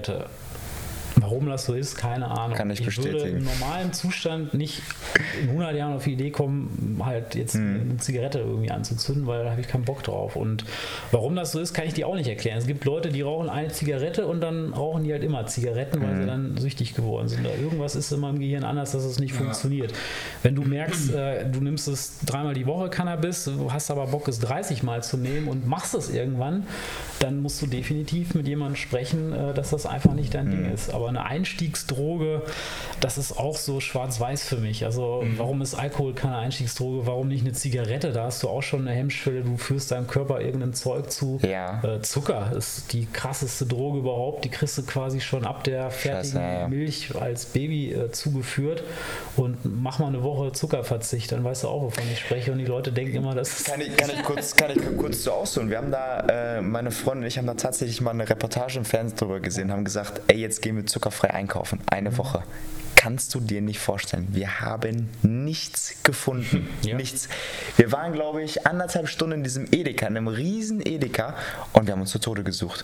Warum das so ist, keine Ahnung. Kann ich, ich bestätigen. würde im normalen Zustand nicht in hundert Jahren auf die Idee kommen, halt jetzt hm. eine Zigarette irgendwie anzuzünden, weil da habe ich keinen Bock drauf. Und warum das so ist, kann ich dir auch nicht erklären. Es gibt Leute, die rauchen eine Zigarette und dann rauchen die halt immer Zigaretten, weil hm. sie dann süchtig geworden sind. Da irgendwas ist immer im Gehirn anders, dass es nicht ja. funktioniert. Wenn du merkst, äh, du nimmst es dreimal die Woche Cannabis, du hast aber Bock, es dreißig Mal zu nehmen und machst es irgendwann, dann musst du definitiv mit jemandem sprechen, äh, dass das einfach nicht dein hm. Ding ist. Aber eine Einstiegsdroge, das ist auch so schwarz-weiß für mich. Also mhm. warum ist Alkohol keine Einstiegsdroge? Warum nicht eine Zigarette? Da hast du auch schon eine Hemmschwelle, du führst deinem Körper irgendein Zeug zu. Ja. Äh, Zucker ist die krasseste Droge überhaupt. Die kriegst du quasi schon ab der fertigen Scheiße, ja. Milch als Baby äh, zugeführt. Und mach mal eine Woche Zuckerverzicht, dann weißt du auch, wovon ich spreche. Und die Leute denken immer, das kann ich, kann ich kurz, kann ich kurz so ausholen. Wir haben da, äh, meine Freundin und ich haben da tatsächlich mal eine Reportage im Fernsehen drüber gesehen, haben gesagt, ey, jetzt gehen wir zuckerfrei einkaufen. Eine Woche. Kannst du dir nicht vorstellen. Wir haben nichts gefunden. Ja. Nichts. Wir waren, glaube ich, anderthalb Stunden in diesem Edeka, in einem riesen Edeka und wir haben uns zu Tode gesucht.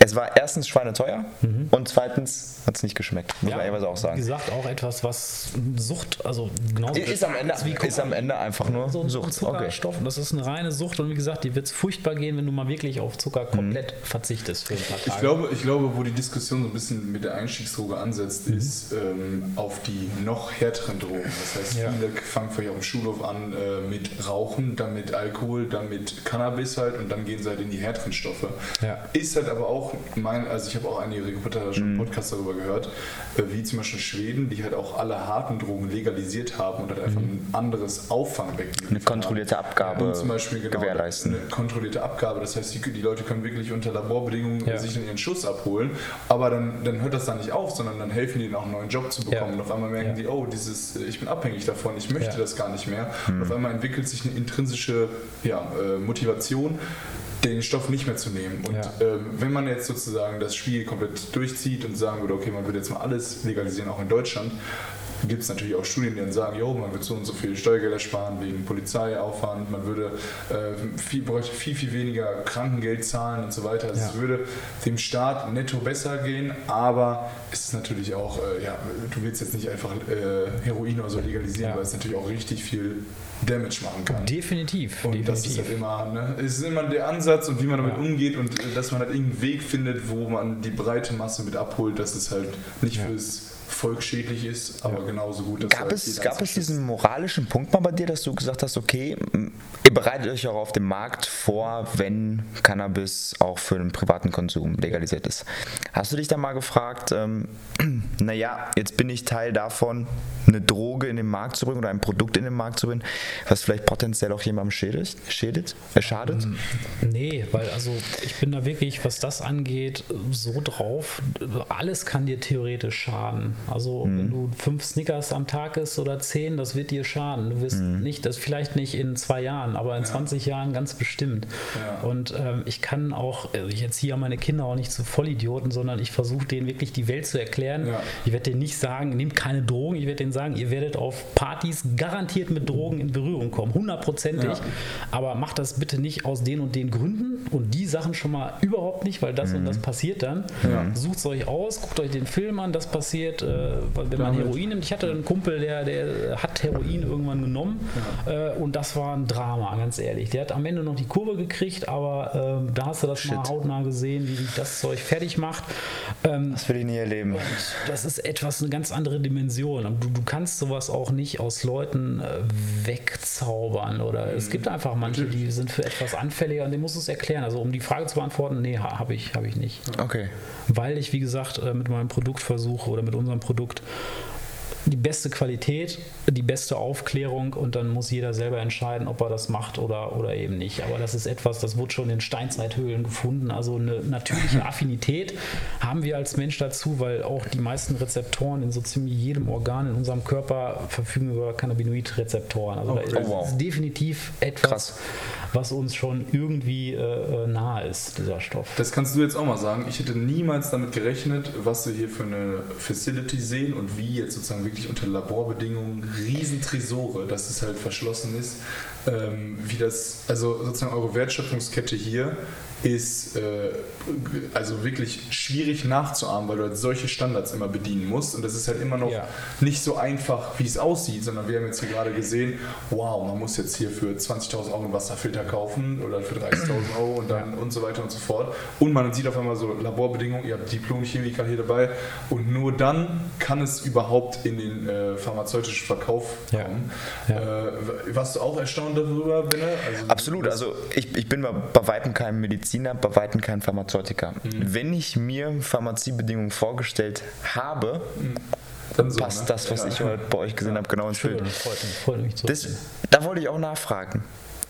es war erstens schweineteuer mhm. und zweitens hat es nicht geschmeckt, muss ja, man ehrlich auch sagen. Wie gesagt, auch etwas, was Sucht, also genauso ist am Ende, wie ist am Ende einfach nur so ein Sucht. Zuckerstoff. Okay. Das ist eine reine Sucht und wie gesagt, die wird es furchtbar gehen, wenn du mal wirklich auf Zucker komplett mhm. verzichtest für ein paar Tage. Ich glaube, ich glaube, wo die Diskussion so ein bisschen mit der Einstiegsdroge ansetzt, mhm. ist ähm, auf die noch härteren Drogen. Das heißt, ja. viele fangen vielleicht auf dem Schulhof an äh, mit Rauchen, dann mit Alkohol, dann mit Cannabis halt und dann gehen sie halt in die härteren Stoffe. Ja. Ist halt aber auch mein, also ich habe auch einige Reportage und Podcasts darüber gehört, äh, wie zum Beispiel Schweden, die halt auch alle harten Drogen legalisiert haben und halt einfach mhm. ein anderes Auffangbecken. Eine kontrollierte haben. Abgabe und zum Beispiel genau, gewährleisten. Eine kontrollierte Abgabe, das heißt, die, die Leute können wirklich unter Laborbedingungen ja. sich dann ihren Schuss abholen, aber dann, dann hört das da nicht auf, sondern dann helfen die ihnen auch einen neuen Job zu bekommen ja. und auf einmal merken ja. die, oh, dieses, ich bin abhängig davon, ich möchte ja. das gar nicht mehr mhm. und auf einmal entwickelt sich eine intrinsische ja, äh, Motivation, den Stoff nicht mehr zu nehmen. Und ja. ähm, wenn man jetzt sozusagen das Spiel komplett durchzieht und sagen würde, okay, man würde jetzt mal alles legalisieren, auch in Deutschland, gibt es natürlich auch Studien, die dann sagen, jo, man wird so und so viel Steuergelder sparen wegen Polizeiaufwand, man würde äh, viel, bräuchte viel, viel weniger Krankengeld zahlen und so weiter. Also ja. es würde dem Staat netto besser gehen, aber es ist natürlich auch, äh, ja, du willst jetzt nicht einfach äh, Heroin oder so legalisieren, ja. weil es natürlich auch richtig viel Damage machen kann. Definitiv. Und definitiv. das ist halt immer, ne, es ist immer der Ansatz und wie man damit ja. umgeht und äh, dass man halt irgendeinen Weg findet, wo man die breite Masse mit abholt, dass es halt nicht ja. fürs Volk schädlich ist, aber ja. genauso gut. Dass gab halt es, gab es diesen moralischen Punkt mal bei dir, dass du gesagt hast, okay, ihr bereitet euch auch auf dem Markt vor, wenn Cannabis auch für den privaten Konsum legalisiert ist. Hast du dich da mal gefragt, ähm, naja, jetzt bin ich Teil davon, eine Droge in den Markt zu bringen oder ein Produkt in den Markt zu bringen, was vielleicht potenziell auch jemandem schädigt, schädigt, äh, schadet? Ähm, nee, weil also ich bin da wirklich, was das angeht, so drauf, alles kann dir theoretisch schaden. Also mhm. wenn du fünf Snickers am Tag isst oder zehn, das wird dir schaden. Du wirst mhm. nicht, das vielleicht nicht in zwei Jahren, aber in ja. zwanzig Jahren ganz bestimmt. Ja. Und ähm, ich kann auch, also ich erziehe meine Kinder auch nicht zu Vollidioten, sondern ich versuche denen wirklich die Welt zu erklären. Ja. Ich werde denen nicht sagen, nehmt keine Drogen, ich werde denen sagen, ihr werdet auf Partys garantiert mit Drogen in Berührung kommen, hundertprozentig. Ja. Aber macht das bitte nicht aus den und den Gründen und die Sachen schon mal überhaupt nicht, weil das mhm. und das passiert dann. Ja. Sucht es euch aus, guckt euch den Film an, das passiert, äh, wenn man Heroin nimmt. Ich hatte einen Kumpel, der, der hat Heroin irgendwann genommen ja. äh, und das war ein Drama, ganz ehrlich. Der hat am Ende noch die Kurve gekriegt, aber äh, da hast du das Shit. mal hautnah gesehen, wie sich das Zeug fertig macht. Ähm, das will ich nie erleben. Das ist etwas, eine ganz andere Dimension. Du, du kannst sowas auch nicht aus Leuten äh, wegzaubern oder mhm. es gibt einfach manche, die sind für etwas anfälliger und denen musst du es erklären. Also um die Frage zu beantworten, nee, habe ich, hab ich nicht. Okay. Weil ich, wie gesagt, äh, mit meinem Produkt versuche oder mit unserem Produkt die beste Qualität, die beste Aufklärung und dann muss jeder selber entscheiden, ob er das macht oder, oder eben nicht. Aber das ist etwas, das wurde schon in Steinzeithöhlen gefunden. Also eine natürliche Affinität haben wir als Mensch dazu, weil auch die meisten Rezeptoren in so ziemlich jedem Organ in unserem Körper verfügen über Cannabinoid-Rezeptoren. Also oh, da ist, oh, wow. ist definitiv etwas, Krass. was uns schon irgendwie äh, nahe ist, dieser Stoff. Das kannst du jetzt auch mal sagen. Ich hätte niemals damit gerechnet, was wir hier für eine Facility sehen und wie jetzt sozusagen wirklich unter Laborbedingungen Riesentresore, dass es halt verschlossen ist, ähm, wie das, also sozusagen eure Wertschöpfungskette hier ist äh, also wirklich schwierig nachzuahmen, weil du halt solche Standards immer bedienen musst und das ist halt immer noch ja. nicht so einfach, wie es aussieht, sondern wir haben jetzt hier gerade gesehen, wow, man muss jetzt hier für zwanzigtausend Euro einen Wasserfilter kaufen oder für dreißigtausend Euro und dann ja. und so weiter und so fort und man sieht auf einmal so Laborbedingungen, ihr habt Diplom-Chemiker hier dabei und nur dann kann es überhaupt in den äh, pharmazeutischen Verkauf kommen. Ja. Ja. Äh, warst du auch erstaunt darüber, Benne? Also, Absolut, also ich, ich bin bei, bei weitem kein Mediziner, bei weitem kein Pharmazeutiker. Mhm. Wenn ich mir Pharmaziebedingungen vorgestellt habe, mhm. Dann so, passt ne? das, was ja. ich heute bei euch gesehen ja. habe, genau ins Bild. Freut mich so. Das, da wollte ich auch nachfragen.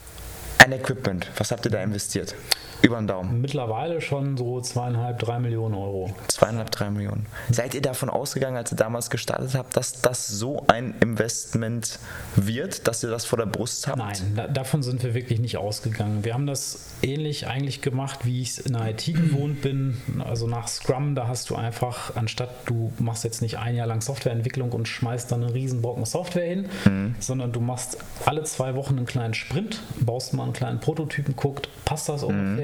Ein Equipment, was habt ihr da investiert? Über den Daumen. Mittlerweile schon so zweieinhalb, drei Millionen Euro. Zweieinhalb, drei Millionen. Seid ihr davon ausgegangen, als ihr damals gestartet habt, dass das so ein Investment wird, dass ihr das vor der Brust habt? Nein, da, davon sind wir wirklich nicht ausgegangen. Wir haben das ähnlich eigentlich gemacht, wie ich es in der I T gewohnt bin. Also nach Scrum, da hast du einfach, anstatt du machst jetzt nicht ein Jahr lang Softwareentwicklung und schmeißt dann einen riesen Brocken Software hin, mhm. sondern du machst alle zwei Wochen einen kleinen Sprint, baust mal einen kleinen Prototypen, guckt, passt das ungefähr?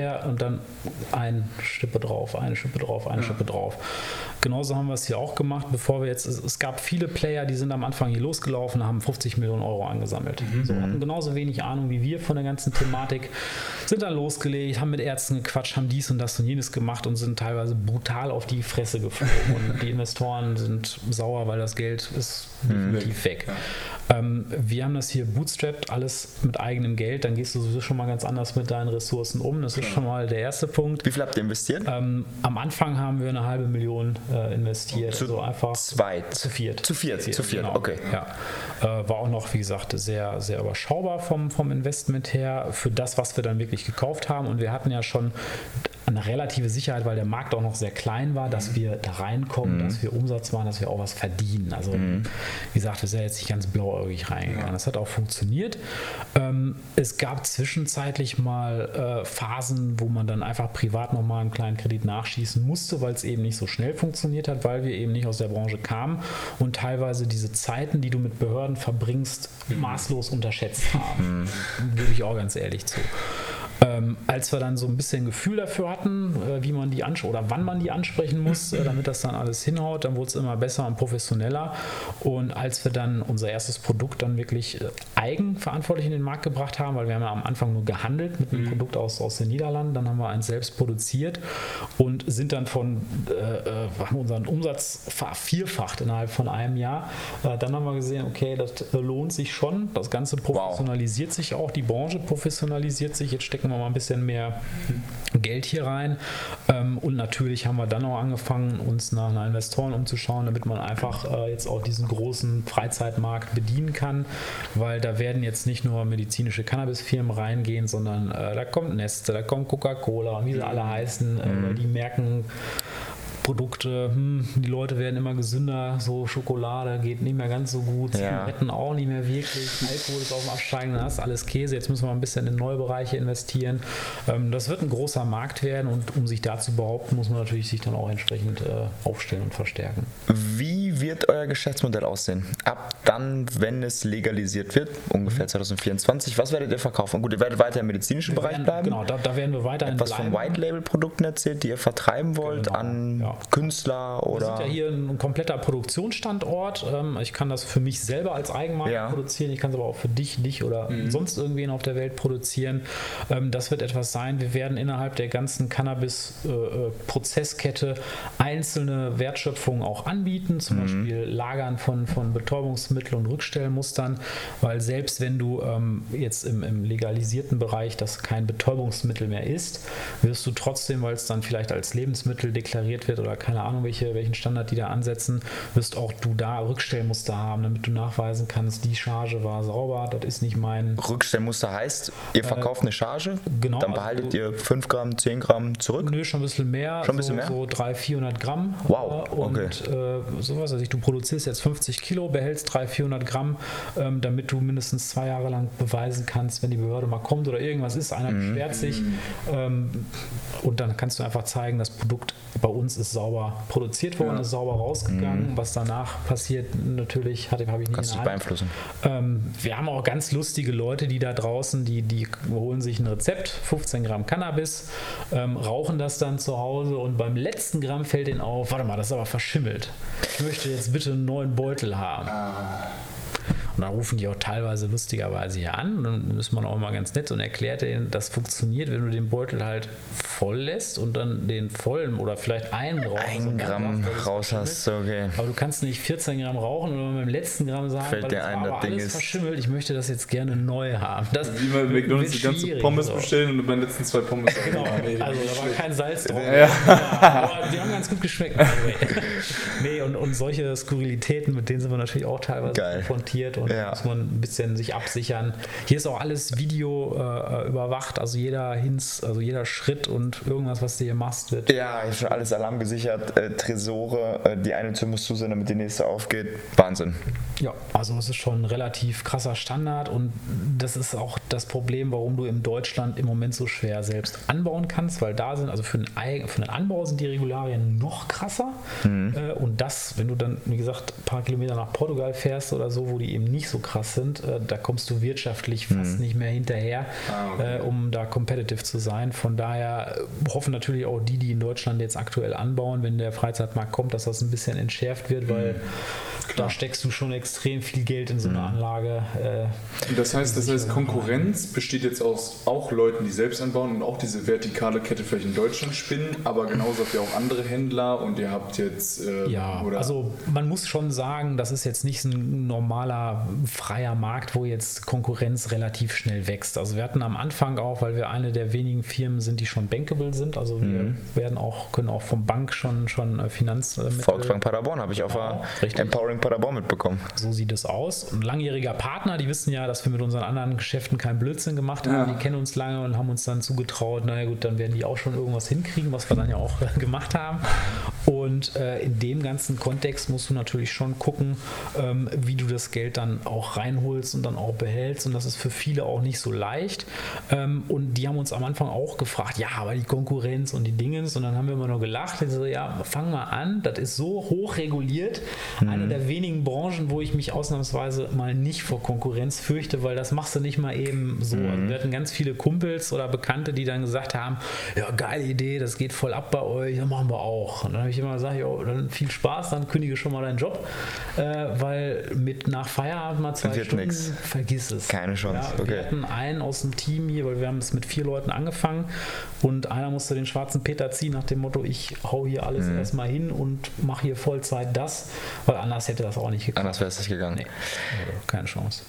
her und dann eine Schippe drauf, eine Schippe drauf, eine ja. Schippe drauf. Genauso haben wir es hier auch gemacht, bevor wir jetzt, es, es gab viele Player, die sind am Anfang hier losgelaufen, haben fünfzig Millionen Euro angesammelt. Mhm. So, hatten genauso wenig Ahnung wie wir von der ganzen Thematik, sind dann losgelegt, haben mit Ärzten gequatscht, haben dies und das und jenes gemacht und sind teilweise brutal auf die Fresse geflogen. Und die Investoren sind sauer, weil das Geld ist definitiv weg. Ja. Ähm, wir haben das hier bootstrapped, alles mit eigenem Geld, dann gehst du sowieso schon mal ganz anders mit deinen Ressourcen um. Das ist ja. schon mal der erste Punkt. Wie viel habt ihr investiert? Ähm, am Anfang haben wir eine halbe Million äh, investiert. Zu also einfach zweit? Zu viert. Zu viert, zu viert, genau. okay. Ja. Äh, war auch noch, wie gesagt, sehr, sehr überschaubar vom, vom Investment her für das, was wir dann wirklich gekauft haben. Und wir hatten ja schon eine relative Sicherheit, weil der Markt auch noch sehr klein war, dass wir da reinkommen, mhm. dass wir Umsatz machen, dass wir auch was verdienen. Also mhm. wie gesagt, wir sind ja jetzt nicht ganz blauäugig reingegangen. Ja. Das hat auch funktioniert. Ähm, es gab zwischenzeitlich mal äh, Phasen, wo man dann einfach privat nochmal einen kleinen Kredit nachschießen musste, weil es eben nicht so schnell funktioniert hat, weil wir eben nicht aus der Branche kamen und teilweise diese Zeiten, die du mit Behörden verbringst, mhm. maßlos unterschätzt haben. Mhm. Gebe ich auch ganz ehrlich zu. Ähm, als wir dann so ein bisschen Gefühl dafür hatten, äh, wie man die ansprechen oder wann man die ansprechen muss, äh, damit das dann alles hinhaut, dann wurde es immer besser und professioneller. Und als wir dann unser erstes Produkt dann wirklich äh, eigenverantwortlich in den Markt gebracht haben, weil wir haben ja am Anfang nur gehandelt mit einem mhm. Produkt aus, aus den Niederlanden, dann haben wir eins selbst produziert und sind dann von äh, haben unseren Umsatz vervierfacht innerhalb von einem Jahr. Äh, dann haben wir gesehen, okay, das äh, lohnt sich schon. Das Ganze professionalisiert wow. sich auch, die Branche professionalisiert sich. Jetzt stecken wir mal ein bisschen mehr Geld hier rein. Ähm, und natürlich haben wir dann auch angefangen, uns nach einer Investoren umzuschauen, damit man einfach äh, jetzt auch diesen großen Freizeitmarkt bedienen kann, weil da werden jetzt nicht nur medizinische Cannabisfirmen reingehen, sondern äh, da kommt Nestle, da kommt Coca-Cola und wie sie alle heißen, äh, die merken, Produkte, hm, die Leute werden immer gesünder, so Schokolade geht nicht mehr ganz so gut, Zigaretten ja. auch nicht mehr wirklich, Alkohol ist auf dem Absteigen, dann hast du alles Käse, jetzt müssen wir ein bisschen in neue Bereiche investieren. Ähm, das wird ein großer Markt werden und um sich da zu behaupten, muss man natürlich sich dann auch entsprechend äh, aufstellen und verstärken. Wie wird euer Geschäftsmodell aussehen? Ab dann, wenn es legalisiert wird, ungefähr zwanzig vierundzwanzig, was werdet ihr verkaufen? Gut, ihr werdet weiter im medizinischen wir Bereich werden, bleiben? Genau, da, da werden wir weiterhin Etwas bleiben. von White-Label-Produkten erzählt, die ihr vertreiben wollt genau, an ja. Künstler oder... Wir sind ja hier ein kompletter Produktionsstandort. Ich kann das für mich selber als Eigenmarke ja. produzieren. Ich kann es aber auch für dich, dich oder mhm. sonst irgendwen auf der Welt produzieren. Das wird etwas sein. Wir werden innerhalb der ganzen Cannabis-Prozesskette einzelne Wertschöpfungen auch anbieten. Zum mhm. Beispiel Lagern von, von Betäubungsmitteln und Rückstellmustern. Weil selbst wenn du ähm, jetzt im, im legalisierten Bereich das kein Betäubungsmittel mehr ist, wirst du trotzdem, weil es dann vielleicht als Lebensmittel deklariert wird oder keine Ahnung, welche, welchen Standard die da ansetzen, wirst auch du da Rückstellmuster haben, damit du nachweisen kannst, die Charge war sauber, das ist nicht mein... Rückstellmuster heißt, ihr verkauft äh, eine Charge, genau, dann behaltet also, ihr fünf Gramm, zehn Gramm zurück? Nö, schon ein bisschen mehr, schon ein bisschen so, mehr? so dreihundert, vierhundert Gramm. Wow, okay. Und äh, sowas, also du produzierst jetzt fünfzig Kilo, behältst dreihundert, vierhundert Gramm, ähm, damit du mindestens zwei Jahre lang beweisen kannst, wenn die Behörde mal kommt oder irgendwas ist, einer mhm. beschwert sich ähm, und dann kannst du einfach zeigen, das Produkt bei uns ist sauber produziert worden, ja. ist sauber rausgegangen. Mhm. Was danach passiert, natürlich habe ich nicht Kannst du beeinflussen. Ähm, wir haben auch ganz lustige Leute, die da draußen, die, die holen sich ein Rezept, fünfzehn Gramm Cannabis, ähm, rauchen das dann zu Hause und beim letzten Gramm fällt ihnen auf, warte mal, das ist aber verschimmelt. Ich möchte jetzt bitte einen neuen Beutel haben. Ah. Und dann rufen die auch teilweise lustigerweise hier an und dann ist man auch immer ganz nett und erklärt denen, das funktioniert, wenn du den Beutel halt voll lässt und dann den vollen oder vielleicht einen rauchst. Ein Gramm raus hast, okay. Aber du kannst nicht vierzehn Gramm rauchen und beim letzten Gramm sagen, fällt weil dir ein, das Ding alles ist verschimmelt, ich möchte das jetzt gerne neu haben. Das wie bei McDonald's die ganze Pommes so. bestellen und bei den letzten zwei Pommes genau, also da war kein Salz drauf. Ja. Ja, aber die haben ganz gut geschmeckt. Nee, und, und solche Skurrilitäten, mit denen sind wir natürlich auch teilweise Geil. konfrontiert und ja. muss man ein bisschen sich absichern. Hier ist auch alles Video äh, überwacht, also jeder Hinz, also jeder Schritt und irgendwas, was du hier machst, wird. Ja, hier ist schon alles alarmgesichert, äh, Tresore, äh, die eine Tür muss zu sein, damit die nächste aufgeht. Wahnsinn. Ja, also es ist schon ein relativ krasser Standard und das ist auch das Problem, warum du in Deutschland im Moment so schwer selbst anbauen kannst, weil da sind, also für den, für den Anbau sind die Regularien noch krasser mhm. äh, und das, wenn du dann, wie gesagt, ein paar Kilometer nach Portugal fährst oder so, wo die eben nicht nicht so krass sind, äh, da kommst du wirtschaftlich fast Mhm. nicht mehr hinterher, Ah, okay. äh, um da competitive zu sein. Von daher äh, hoffen natürlich auch die, die in Deutschland jetzt aktuell anbauen, wenn der Freizeitmarkt kommt, dass das ein bisschen entschärft wird, weil da steckst du schon extrem viel Geld in so eine Anlage. Äh, Und das heißt, das heißt, Konkurrenz besteht jetzt aus auch Leuten, die selbst anbauen und auch diese vertikale Kette vielleicht in Deutschland spinnen, aber genauso habt ihr auch andere Händler und ihr habt jetzt äh, Ja, oder also man muss schon sagen, das ist jetzt nicht ein normaler freier Markt, wo jetzt Konkurrenz relativ schnell wächst. Also wir hatten am Anfang auch, weil wir eine der wenigen Firmen sind, die schon bankable sind, also wir werden auch, können auch vom Bank schon, schon äh, Finanzmittel. Volksbank Paderborn habe ich auf Genau, der richtig. Empowering Paderborn mitbekommen. So sieht es aus. Ein langjähriger Partner, die wissen ja, dass wir mit unseren anderen Geschäften keinen Blödsinn gemacht haben. Ja. Die kennen uns lange und haben uns dann zugetraut, naja gut, dann werden die auch schon irgendwas hinkriegen, was wir dann ja auch gemacht haben. Und äh, in dem ganzen Kontext musst du natürlich schon gucken, ähm, wie du das Geld dann auch reinholst und dann auch behältst. Und das ist für viele auch nicht so leicht. Ähm, und die haben uns am Anfang auch gefragt, ja, aber die Konkurrenz und die Dingens. Und dann haben wir immer nur gelacht. Und so, ja, fang mal an. Das ist so hoch reguliert. Eine der wenigen Branchen, wo ich mich ausnahmsweise mal nicht vor Konkurrenz fürchte, weil das machst du nicht mal eben so. Also wir hatten ganz viele Kumpels oder Bekannte, die dann gesagt haben, ja, geile Idee, das geht voll ab bei euch, das machen wir auch. Und dann habe ich immer gesagt, ja, dann viel Spaß, dann kündige schon mal deinen Job, äh, weil mit nach Feierabend mal zwei wird Stunden, nix. vergiss es. Keine Chance, Ja, okay. Wir hatten einen aus dem Team hier, weil wir haben es mit vier Leuten angefangen und einer musste den schwarzen Peter ziehen nach dem Motto, ich hau hier alles Mhm. erstmal hin und mache hier Vollzeit das, weil anders hätte das auch nicht geklappt. Anders wäre es nicht gegangen. Nee, also keine Chance.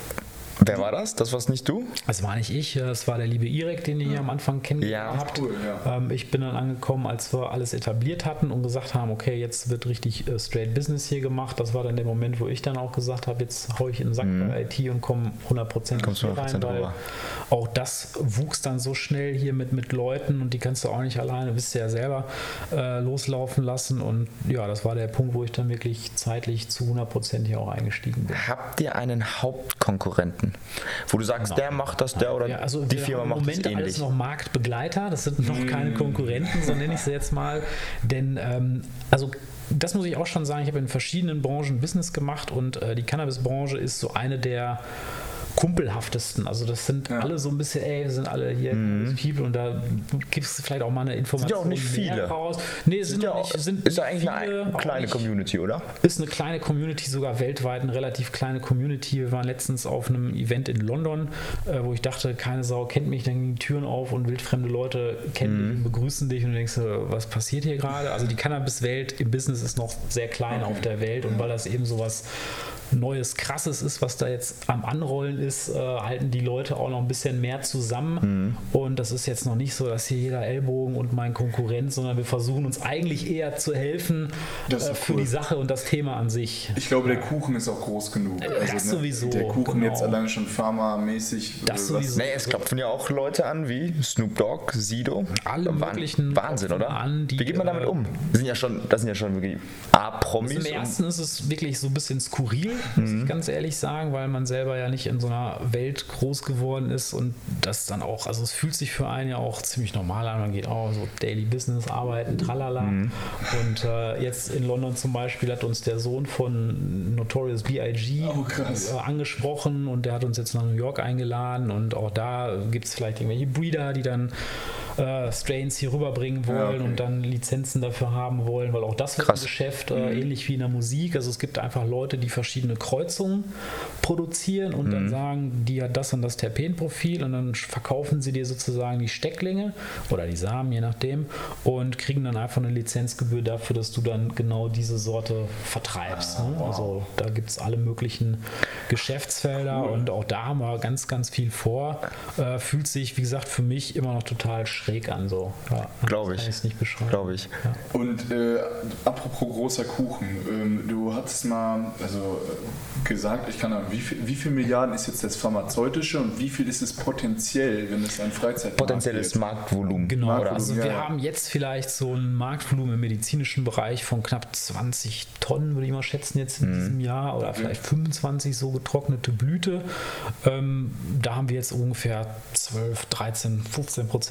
Wer war das? Das war's nicht du? Das war nicht ich, es war der liebe Irek, den ihr hier am Anfang kennengelernt Ja, habt. cool, ja. Ähm, ich bin dann angekommen, als wir alles etabliert hatten und gesagt haben, okay, jetzt wird richtig äh, straight Business hier gemacht. Das war dann der Moment, wo ich dann auch gesagt habe, jetzt haue ich in den Sack bei I T und komme hundert Prozent Kommst du hier rein, hundert Prozent weil rüber. auch das wuchs dann so schnell hier mit, mit Leuten und die kannst du auch nicht alleine, wisst ihr ja selber, äh, loslaufen lassen. Und ja, das war der Punkt, wo ich dann wirklich zeitlich zu hundert Prozent hier auch eingestiegen bin. Habt ihr einen Hauptkonkurrenten, wo du sagst, der macht das, der oder Ja, also die wir Firma haben macht im das Moment alles ähnlich? noch Marktbegleiter, das sind noch keine Konkurrenten, so nenne ich sie jetzt mal. Denn ähm, also das muss ich auch schon sagen, ich habe in verschiedenen Branchen Business gemacht und äh, die Cannabis-Branche ist so eine der kumpelhaftesten. Also das sind Ja. alle so ein bisschen, ey, wir sind alle hier People und da gibt es vielleicht auch mal eine Information Sind ja auch nicht mehr viele. raus. Nee, es sind, ja ja auch, nicht, sind ist ja eigentlich viele, eine auch kleine nicht- Community, oder? ist eine kleine Community, sogar weltweit eine relativ kleine Community. Wir waren letztens auf einem Event in London, äh, wo ich dachte, keine Sau kennt mich, dann gingen die Türen auf und wildfremde Leute kennen dich und begrüßen dich und du denkst, äh, was passiert hier gerade? Also die Cannabis-Welt im Business ist noch sehr klein auf der Welt und weil das eben sowas Neues, Krasses ist, was da jetzt am Anrollen ist, äh, halten die Leute auch noch ein bisschen mehr zusammen. Und das ist jetzt noch nicht so, dass hier jeder Ellbogen und mein Konkurrent, sondern wir versuchen uns eigentlich eher zu helfen Das ist äh, für cool. die Sache und das Thema an sich. Ich glaube, der Kuchen ist auch groß genug. das sowieso, Der Kuchen genau. jetzt alleine schon pharmamäßig. Das äh, was- sowieso. Nee, es klopfen ja auch Leute an wie Snoop Dogg, Sido. Alle Wahn- möglichen Wahnsinn, klopfen oder? an, die, wie geht man damit äh, um? Das sind ja schon, das sind ja schon wirklich A-Promis. Im ersten ist es wirklich so ein bisschen skurril, muss ich ganz ehrlich sagen, weil man selber ja nicht in so einer Welt groß geworden ist und das dann auch, also es fühlt sich für einen ja auch ziemlich normal an, man geht auch so Daily Business arbeiten, tralala. Und äh, jetzt in London zum Beispiel hat uns der Sohn von Notorious B I G Oh, krass. äh, angesprochen und der hat uns jetzt nach New York eingeladen und auch da gibt es vielleicht irgendwelche Breeder, die dann äh, Strains hier rüberbringen wollen Ja, okay. und dann Lizenzen dafür haben wollen, weil auch das wird Krass. ein Geschäft, äh, ähnlich wie in der Musik. Also es gibt einfach Leute, die verschiedene Kreuzungen produzieren und dann sagen, die hat das und das Terpenprofil und dann verkaufen sie dir sozusagen die Stecklinge oder die Samen, je nachdem, und kriegen dann einfach eine Lizenzgebühr dafür, dass du dann genau diese Sorte vertreibst. Ne? Also da gibt es alle möglichen Geschäftsfelder und auch da haben wir ganz, ganz viel vor. Äh, fühlt sich, wie gesagt, für mich immer noch total schräg an. So. Ja, Glaube Kann ich. ich es nicht beschreiben. Glaube ich. Und äh, apropos großer Kuchen, ähm, du hattest mal also, äh, gesagt, ich kann sagen, wie viel, wie viel Milliarden ist jetzt das Pharmazeutische und wie viel ist es potenziell, wenn es ein Freizeitmarkt Potenzielles wird? Marktvolumen. Genau, Marktvolumen, also wir ja, ja. haben jetzt vielleicht so ein Marktvolumen im medizinischen Bereich von knapp zwanzig Tonnen, würde ich mal schätzen, jetzt in diesem Jahr oder vielleicht fünfundzwanzig so getrocknete Blüte. Ähm, da haben wir jetzt ungefähr zwölf, dreizehn, fünfzehn Prozent vielleicht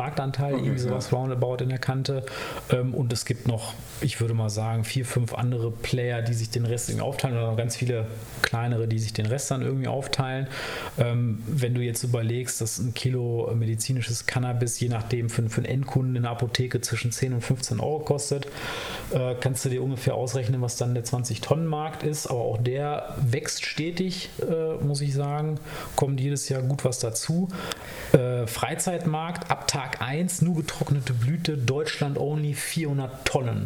Marktanteil, Okay, irgendwie sowas ja. roundabout in der Kante. Ähm, und es gibt noch, ich würde mal sagen, vier, fünf andere Player, die sich den Rest irgendwie aufteilen, oder noch ganz viele kleinere, die sich den Rest dann irgendwie aufteilen. Ähm, wenn du jetzt überlegst, dass ein Kilo medizinisches Cannabis, je nachdem für, für einen Endkunden in der Apotheke zwischen zehn und fünfzehn Euro kostet, äh, kannst du dir ungefähr ausrechnen, was dann der zwanzig-Tonnen-Markt ist. Aber auch der wächst stetig, äh, muss ich sagen. Kommt jedes Jahr gut was dazu. Äh, Freizeitmarkt ab Tag eins, nur getrocknete Blüte, Deutschland only, vierhundert Tonnen.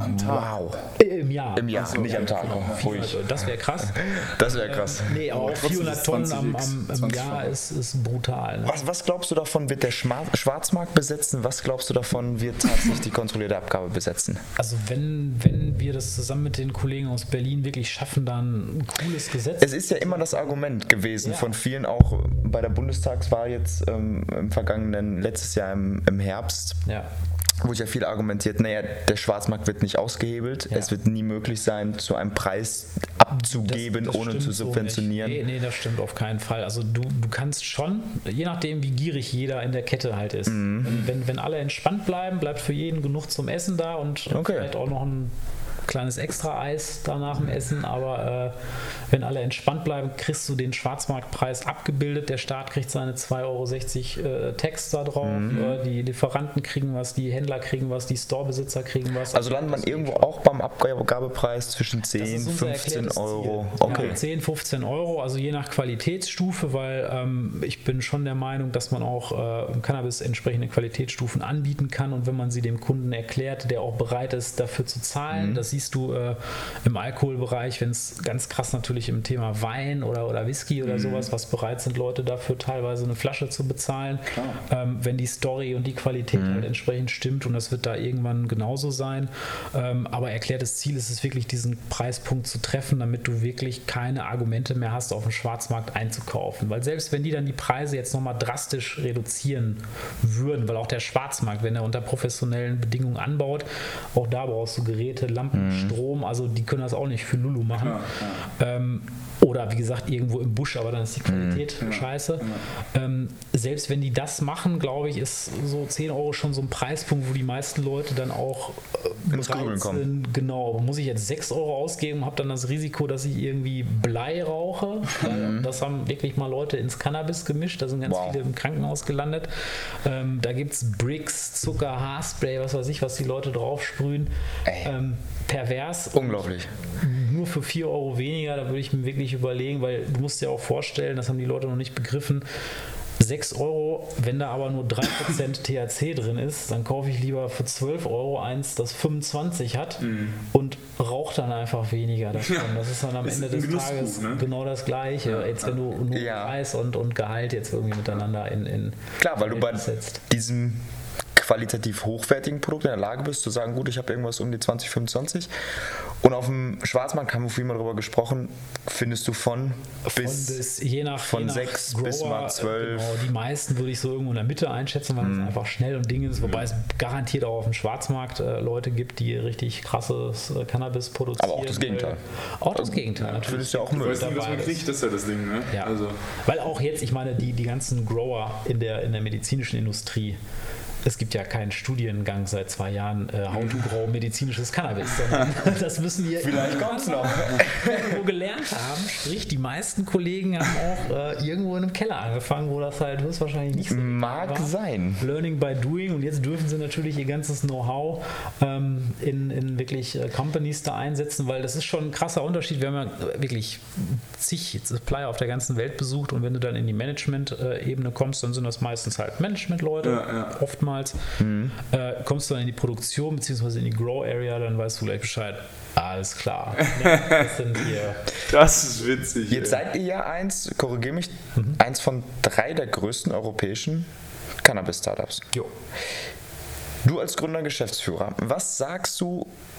Wow. Äh, Im Jahr. Im Jahr, Also, nicht am Tag. vierhundert, das wäre krass. Das wäre krass. Ähm, nee, aber auch trotzdem vierhundert ist Tonnen am, zwanzig am, im zwanzig Jahr Tonnen. ist, ist brutal. Ne? Was, was glaubst du davon, wird der Schma- Schwarzmarkt besetzen? Was glaubst du davon, wird tatsächlich die kontrollierte Abgabe besetzen? Also wenn, wenn wir das zusammen mit den Kollegen aus Berlin wirklich schaffen, dann ein cooles Gesetz. Es ist ja immer das Argument gewesen Ja. von vielen, auch bei der Bundestagswahl jetzt ähm, im vergangenen, letztes Jahr im, im Herbst, Ja. wo ich ja viel argumentiert, naja, der Schwarzmarkt wird nicht ausgehebelt, Ja. es wird nie möglich sein, zu einem Preis abzugeben, Das- das ohne stimmt zu so subventionieren. nicht. Nee, nee, das stimmt auf keinen Fall. Also du, du kannst schon, je nachdem wie gierig jeder in der Kette halt ist. Mhm. Wenn, wenn, wenn alle entspannt bleiben, bleibt für jeden genug zum Essen da und Okay. vielleicht auch noch ein kleines Extra-Eis da nach dem Essen, aber äh, wenn alle entspannt bleiben, kriegst du den Schwarzmarktpreis abgebildet. Der Staat kriegt seine zwei Euro sechzig äh, Tax da drauf, äh, die Lieferanten kriegen was, die Händler kriegen was, die Storebesitzer kriegen was. Also landet man irgendwo auch beim Abgabepreis zwischen Das zehn, ist unser fünfzehn erklärtes Euro. Ziel. Okay. Ja, zehn, fünfzehn Euro, also je nach Qualitätsstufe, weil ähm, ich bin schon der Meinung, dass man auch äh, Cannabis entsprechende Qualitätsstufen anbieten kann, und wenn man sie dem Kunden erklärt, der auch bereit ist, dafür zu zahlen, das siehst du äh, im Alkoholbereich, wenn es ganz krass natürlich im Thema Wein oder, oder Whisky oder sowas, was bereit sind Leute dafür teilweise eine Flasche zu bezahlen, ähm, wenn die Story und die Qualität halt entsprechend stimmt, und das wird da irgendwann genauso sein. Ähm, aber erklärtes Ziel ist es wirklich, diesen Preispunkt zu treffen, damit du wirklich keine Argumente mehr hast, auf dem Schwarzmarkt einzukaufen. Weil selbst wenn die dann die Preise jetzt nochmal drastisch reduzieren würden, weil auch der Schwarzmarkt, wenn er unter professionellen Bedingungen anbaut, auch da brauchst du Geräte, Lampen, Strom, also die können das auch nicht für Lulu machen. Ähm, oder wie gesagt, irgendwo im Busch, aber dann ist die Qualität scheiße. Ähm, selbst wenn die das machen, glaube ich, ist so zehn Euro schon so ein Preispunkt, wo die meisten Leute dann auch äh, Ins Grübeln bereit kommen. sind. Genau, muss ich jetzt sechs Euro ausgeben, habe dann das Risiko, dass ich irgendwie Blei rauche. Weil das haben wirklich mal Leute ins Cannabis gemischt, da sind ganz Wow. viele im Krankenhaus gelandet. Ähm, da gibt es Bricks, Zucker, Haarspray, was weiß ich, was die Leute draufsprühen. Ähm, pervers. Unglaublich. Nur für vier Euro weniger, da würde ich mir wirklich überlegen, weil du musst dir auch vorstellen, das haben die Leute noch nicht begriffen, sechs Euro, wenn da aber nur drei Prozent T H C drin ist, dann kaufe ich lieber für zwölf Euro eins, das fünfundzwanzig hat und rauche dann einfach weniger davon. Das ist dann am Ist Ende ein des Genussbuch, Tages ne? genau das Gleiche, jetzt wenn du nur Ja. Preis und, und Gehalt jetzt irgendwie miteinander in, in Klar, weil du bei Verhältnis setzt. diesem qualitativ hochwertigen Produkt in der Lage bist, zu sagen, gut, ich habe irgendwas um die zwanzig, fünfundzwanzig. Und auf dem Schwarzmarkt haben wir viel mal darüber gesprochen, findest du von bis, Von bis je nach, von je nach sechs bis Grower, mal zwölf. Genau, die meisten würde ich so irgendwo in der Mitte einschätzen, weil es einfach schnell und Ding ist. Wobei es garantiert auch auf dem Schwarzmarkt äh, Leute gibt, die richtig krasses äh, Cannabis produzieren. Aber auch das Gegenteil. Auch das Gegenteil, natürlich. Findest du ja auch Du Müll. weißt nicht, was man dabei kriegt, das ist ja das Ding, ne? Ja. Also, Weil auch jetzt, ich meine, die, die ganzen Grower in der, in der medizinischen Industrie, es gibt ja keinen Studiengang seit zwei Jahren, äh, How to Grow medizinisches Cannabis, sondern das müssen wir Vielleicht kommt's noch. irgendwo gelernt haben. Sprich, die meisten Kollegen haben auch äh, irgendwo in einem Keller angefangen, wo das halt höchstwahrscheinlich nicht so Mag war. sein. Learning by doing, und jetzt dürfen sie natürlich ihr ganzes Know-how ähm, in, in wirklich äh, Companies da einsetzen, weil das ist schon ein krasser Unterschied. Wir haben ja wirklich zig Supplier auf der ganzen Welt besucht, und wenn du dann in die Management-Ebene kommst, dann sind das meistens halt Management-Leute, Ja, ja. oftmals. Äh, kommst du dann in die Produktion bzw. in die Grow-Area, dann weißt du gleich Bescheid. Alles klar. Ja, das sind hier. das ist witzig. Jetzt ey. seid ihr ja eins, korrigiere mich, eins von drei der größten europäischen Cannabis-Startups. Jo. Du als Gründer, Geschäftsführer, was sagst du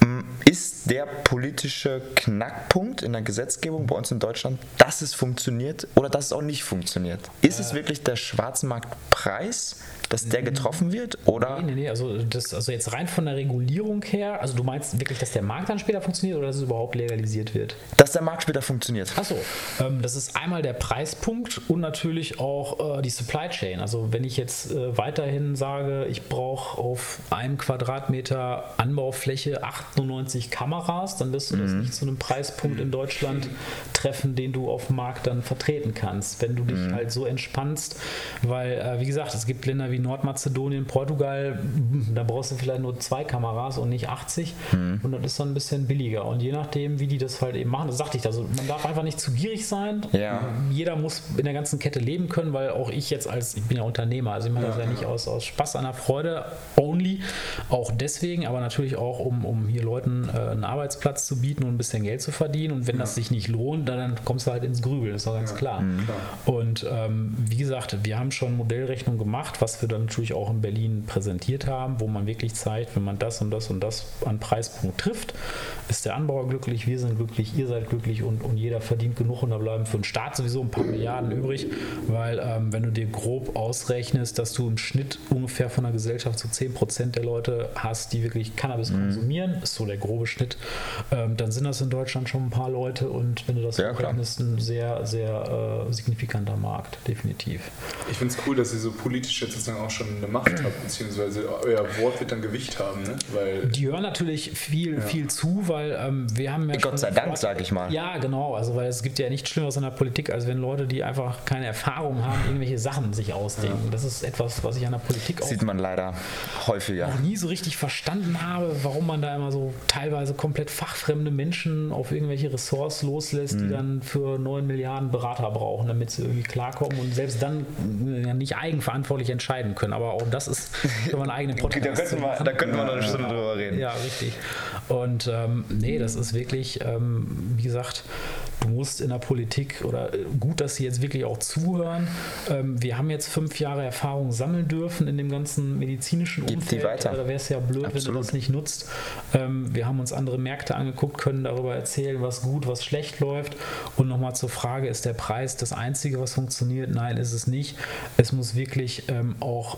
Ist der politische Knackpunkt in der Gesetzgebung bei uns in Deutschland, dass es funktioniert oder dass es auch nicht funktioniert? Ist es wirklich der Schwarzmarktpreis, dass der getroffen wird? Oder? Nee, nee, nee. Also, das, also jetzt rein von der Regulierung her, also du meinst wirklich, dass der Markt dann später funktioniert oder dass es überhaupt legalisiert wird? Dass der Markt später funktioniert. Achso, ähm, das ist einmal der Preispunkt und natürlich auch äh, die Supply Chain. Also wenn ich jetzt äh, weiterhin sage, ich brauche auf einem Quadratmeter Anbaufläche achtundneunzig Kameras, dann wirst du mhm. das nicht zu einem Preispunkt in Deutschland treffen, den du auf dem Markt dann vertreten kannst. Wenn du dich mhm. halt so entspannst, weil, äh, wie gesagt, es gibt Länder wie Nordmazedonien, Portugal, da brauchst du vielleicht nur zwei Kameras und nicht achtzig mhm. und das ist dann ein bisschen billiger. Und je nachdem, wie die das halt eben machen, das sagte ich, also man darf einfach nicht zu gierig sein. Ja. Jeder muss in der ganzen Kette leben können, weil auch ich jetzt als, ich bin ja Unternehmer, also ich mache das ja, ja nicht aus, aus Spaß an der Freude only, auch deswegen, aber natürlich auch, um, um hier Leuten äh, einen Arbeitsplatz zu bieten und ein bisschen Geld zu verdienen und wenn ja. das sich nicht lohnt, dann, dann kommst du halt ins Grübeln, das ist doch ganz ja. klar. Mhm. Und ähm, wie gesagt, wir haben schon Modellrechnung gemacht, was wir dann natürlich auch in Berlin präsentiert haben, wo man wirklich zeigt, wenn man das und das und das an Preispunkt trifft, ist der Anbauer glücklich, wir sind glücklich, ihr seid glücklich und, und jeder verdient genug und da bleiben für den Staat sowieso ein paar Milliarden übrig, weil ähm, wenn du dir grob ausrechnest, dass du im Schnitt ungefähr von der Gesellschaft so zehn Prozent der Leute hast, die wirklich Cannabis mhm. konsumieren, ist so der grobe Schnitt, ähm, dann sind das in Deutschland schon ein paar Leute und wenn du das ja, rechnest, ein sehr, sehr äh, signifikanter Markt, definitiv. Ich finde es cool, dass ihr so politisch jetzt sozusagen auch schon eine Macht habt, beziehungsweise euer Wort wird dann Gewicht haben, ne? Weil die hören natürlich viel, ja. viel zu, weil ähm, wir haben ja Gott sei Dank, sag ich mal. Ja, genau, also weil es gibt ja nichts Schlimmeres in der Politik, als wenn Leute, die einfach keine Erfahrung haben, irgendwelche Sachen sich ausdenken. Ja. Das ist etwas, was ich an der Politik auch sieht man leider häufiger. Noch nie so richtig verstanden habe, warum man da immer so teilweise komplett fachfremde Menschen auf irgendwelche Ressorts loslässt, mhm. die dann für neun Milliarden Berater brauchen, damit sie irgendwie klarkommen und selbst dann ja, nicht eigenverantwortlich entscheiden können. Aber auch das ist für meinen eigenen Podcast. Da könnten wir, da könnten wir noch eine Stunde ja, drüber reden. Ja, richtig. Und ähm, nee, das ist wirklich, ähm, wie gesagt, du musst in der Politik oder gut, dass sie jetzt wirklich auch zuhören. Ähm, wir haben jetzt fünf Jahre Erfahrung sammeln dürfen in dem ganzen medizinischen Umfeld. Gib die weiter. Da wäre es ja blöd, Absolut. wenn du das nicht nutzt. Ähm, wir haben uns andere Märkte angeguckt, können darüber erzählen, was gut, was schlecht läuft. Und nochmal zur Frage, ist der Preis das Einzige, was funktioniert? Nein, ist es nicht. Es muss wirklich ähm, auch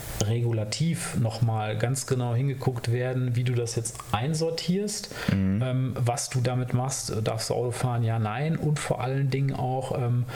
regulativ nochmal ganz genau hingeguckt werden, wie du das jetzt einsortierst, mhm. ähm, was du damit machst, darfst du Auto fahren, ja, nein und vor allen Dingen auch ähm,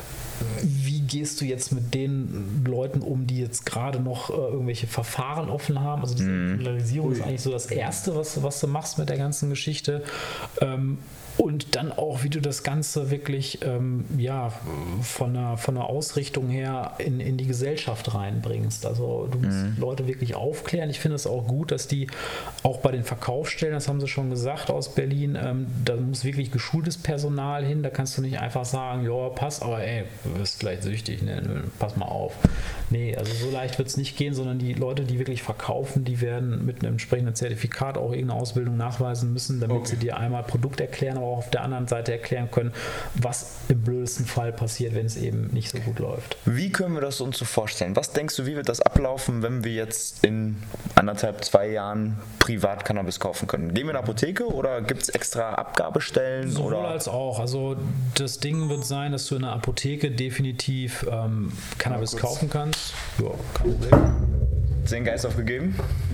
wie gehst du jetzt mit den Leuten um, die jetzt gerade noch äh, irgendwelche Verfahren offen haben? Also diese Kriminalisierung mm. ist eigentlich so das Erste, was, was du machst mit der ganzen Geschichte. Ähm, und dann auch, wie du das Ganze wirklich ähm, ja, von der, von der Ausrichtung her in, in die Gesellschaft reinbringst. Also du musst mhm. Leute wirklich aufklären. Ich finde es auch gut, dass die auch bei den Verkaufsstellen, das haben sie schon gesagt aus Berlin, ähm, da muss wirklich geschultes Personal hin. Da kannst du nicht einfach sagen, ja, pass, aber ey, du wirst vielleicht süchtig, ne? Pass mal auf. Nee, also so leicht wird es nicht gehen, sondern die Leute, die wirklich verkaufen, die werden mit einem entsprechenden Zertifikat auch irgendeine Ausbildung nachweisen müssen, damit okay. sie dir einmal Produkt erklären, aber auch auf der anderen Seite erklären können, was im blödesten Fall passiert, wenn es eben nicht so gut läuft. Wie können wir das uns so vorstellen? Was denkst du, wie wird das ablaufen, wenn wir jetzt in anderthalb, zwei Jahren privat Cannabis kaufen können? Gehen wir in eine Apotheke oder gibt es extra Abgabestellen? Sowohl oder? als auch. Also das Ding wird sein, dass du in der Apotheke definitiv ähm, Cannabis ja, kaufen kannst. Ja, kein Problem. Zehn Geist aufgegeben?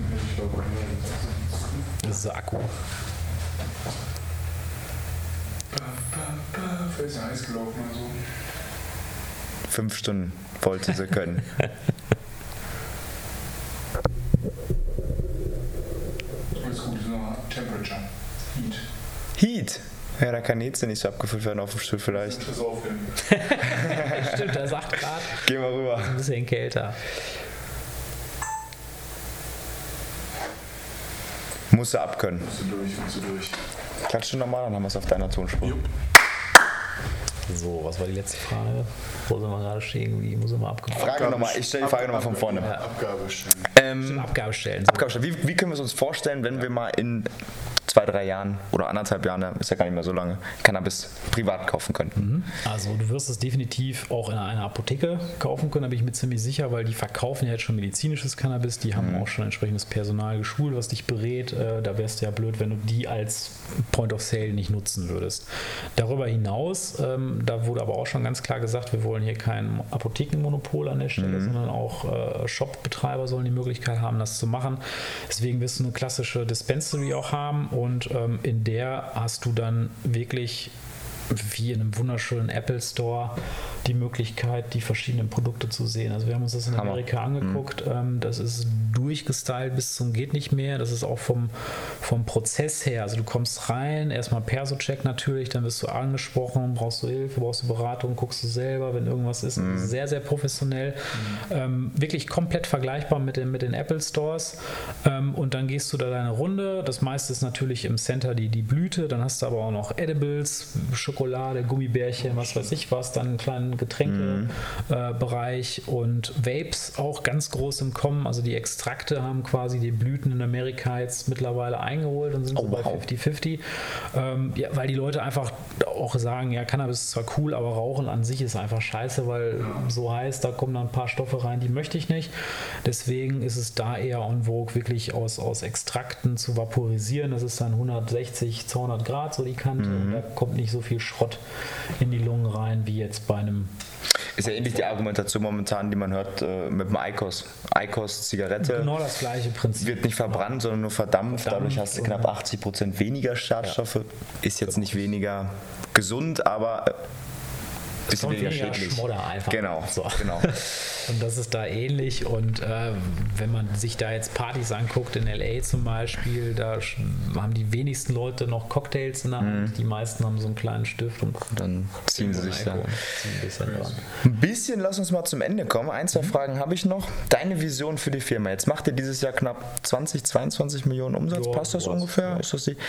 Das ist der Akku. Vielleicht ist ja heiß gelaufen oder so. Fünf Stunden wollte sie können. Alles gut, so Temperature. Heat. Heat? Ja, da kann Hitze nicht so abgefüllt werden auf dem Stuhl vielleicht. Das auf Stimmt, da sagt Grad. Geh mal rüber. Ein bisschen kälter. Musst du abkönnen. Musst du durch, musst du durch. Klatsch du nochmal, dann haben wir es auf deiner Tonspur. Jupp. So, was war die letzte Frage? Wo sind wir gerade stehen geblieben? Muss immer abgeben. Frage nochmal, ich stelle die Frage nochmal von vorne. Ja. Abgabestellen. Ähm, Abgabestellen. So. Abgabestellen. Wie, wie können wir es uns vorstellen, wenn ja. wir mal in zwei, drei Jahren oder anderthalb Jahren, ist ja gar nicht mehr so lange, Cannabis privat kaufen können. Also du wirst es definitiv auch in einer Apotheke kaufen können, da bin ich mir ziemlich sicher, weil die verkaufen ja jetzt schon medizinisches Cannabis, die haben mhm. auch schon entsprechendes Personal geschult, was dich berät. Äh, da wärst du ja blöd, wenn du die als Point of Sale nicht nutzen würdest. Darüber hinaus, ähm, da wurde aber auch schon ganz klar gesagt, wir wollen hier kein Apothekenmonopol an der Stelle, mhm. sondern auch äh, Shop-Betreiber sollen die Möglichkeit haben, das zu machen. Deswegen wirst du eine klassische Dispensary auch haben und ähm, in der hast du dann wirklich wie in einem wunderschönen Apple Store die Möglichkeit, die verschiedenen Produkte zu sehen. Also wir haben uns das in Amerika Hammer. angeguckt. Mhm. Das ist durchgestylt bis zum geht nicht mehr. Das ist auch vom, vom Prozess her. Also du kommst rein, erstmal Perso-Check natürlich, dann wirst du angesprochen, brauchst du Hilfe, brauchst du Beratung, guckst du selber, wenn irgendwas ist. Mhm. Sehr, sehr professionell. Mhm. Ähm, wirklich komplett vergleichbar mit den, mit den Apple Stores. Ähm, und dann gehst du da deine Runde. Das meiste ist natürlich im Center die, die Blüte. Dann hast du aber auch noch Edibles, Schokolade, Gummibärchen, was weiß ich was, dann einen kleinen Getränkebereich mhm. äh, und Vapes auch ganz groß im Kommen. Also die Extrakte haben quasi die Blüten in Amerika jetzt mittlerweile eingeholt und sind oh, so bei wow. fünfzig fünfzig. Ähm, ja, weil die Leute einfach auch sagen, ja, Cannabis ist zwar cool, aber Rauchen an sich ist einfach scheiße, weil so heiß, da kommen dann ein paar Stoffe rein, die möchte ich nicht. Deswegen ist es da eher en vogue, wirklich aus, aus Extrakten zu vaporisieren. Das ist dann hundertsechzig, zweihundert Grad so die Kante mhm. und da kommt nicht so viel Schrott in die Lungen rein, wie jetzt bei einem... Ist ja ähnlich die Argumentation momentan, die man hört äh, mit dem I Q O S. I Q O S Zigarette. Genau das gleiche Prinzip. Wird nicht verbrannt, sondern nur verdampft. verdampft Dadurch hast du knapp achtzig Prozent weniger Schadstoffe. Ja. Ist jetzt nicht weniger gesund, aber... bisschen weniger schädlich. Schmodder einfach. Genau, so. genau. Und das ist da ähnlich und äh, wenn man sich da jetzt Partys anguckt, in L A zum Beispiel, da haben die wenigsten Leute noch Cocktails in der Hand, mm. die meisten haben so einen kleinen Stift und dann ziehen sie sich da ein bisschen dran. Ein bisschen, lass uns mal zum Ende kommen. Ein, zwei mhm. Fragen habe ich noch. Deine Vision für die Firma. Jetzt macht ihr dieses Jahr knapp zwanzig, zweiundzwanzig Millionen Umsatz. Ja, passt das ungefähr? Ja. Ist das die...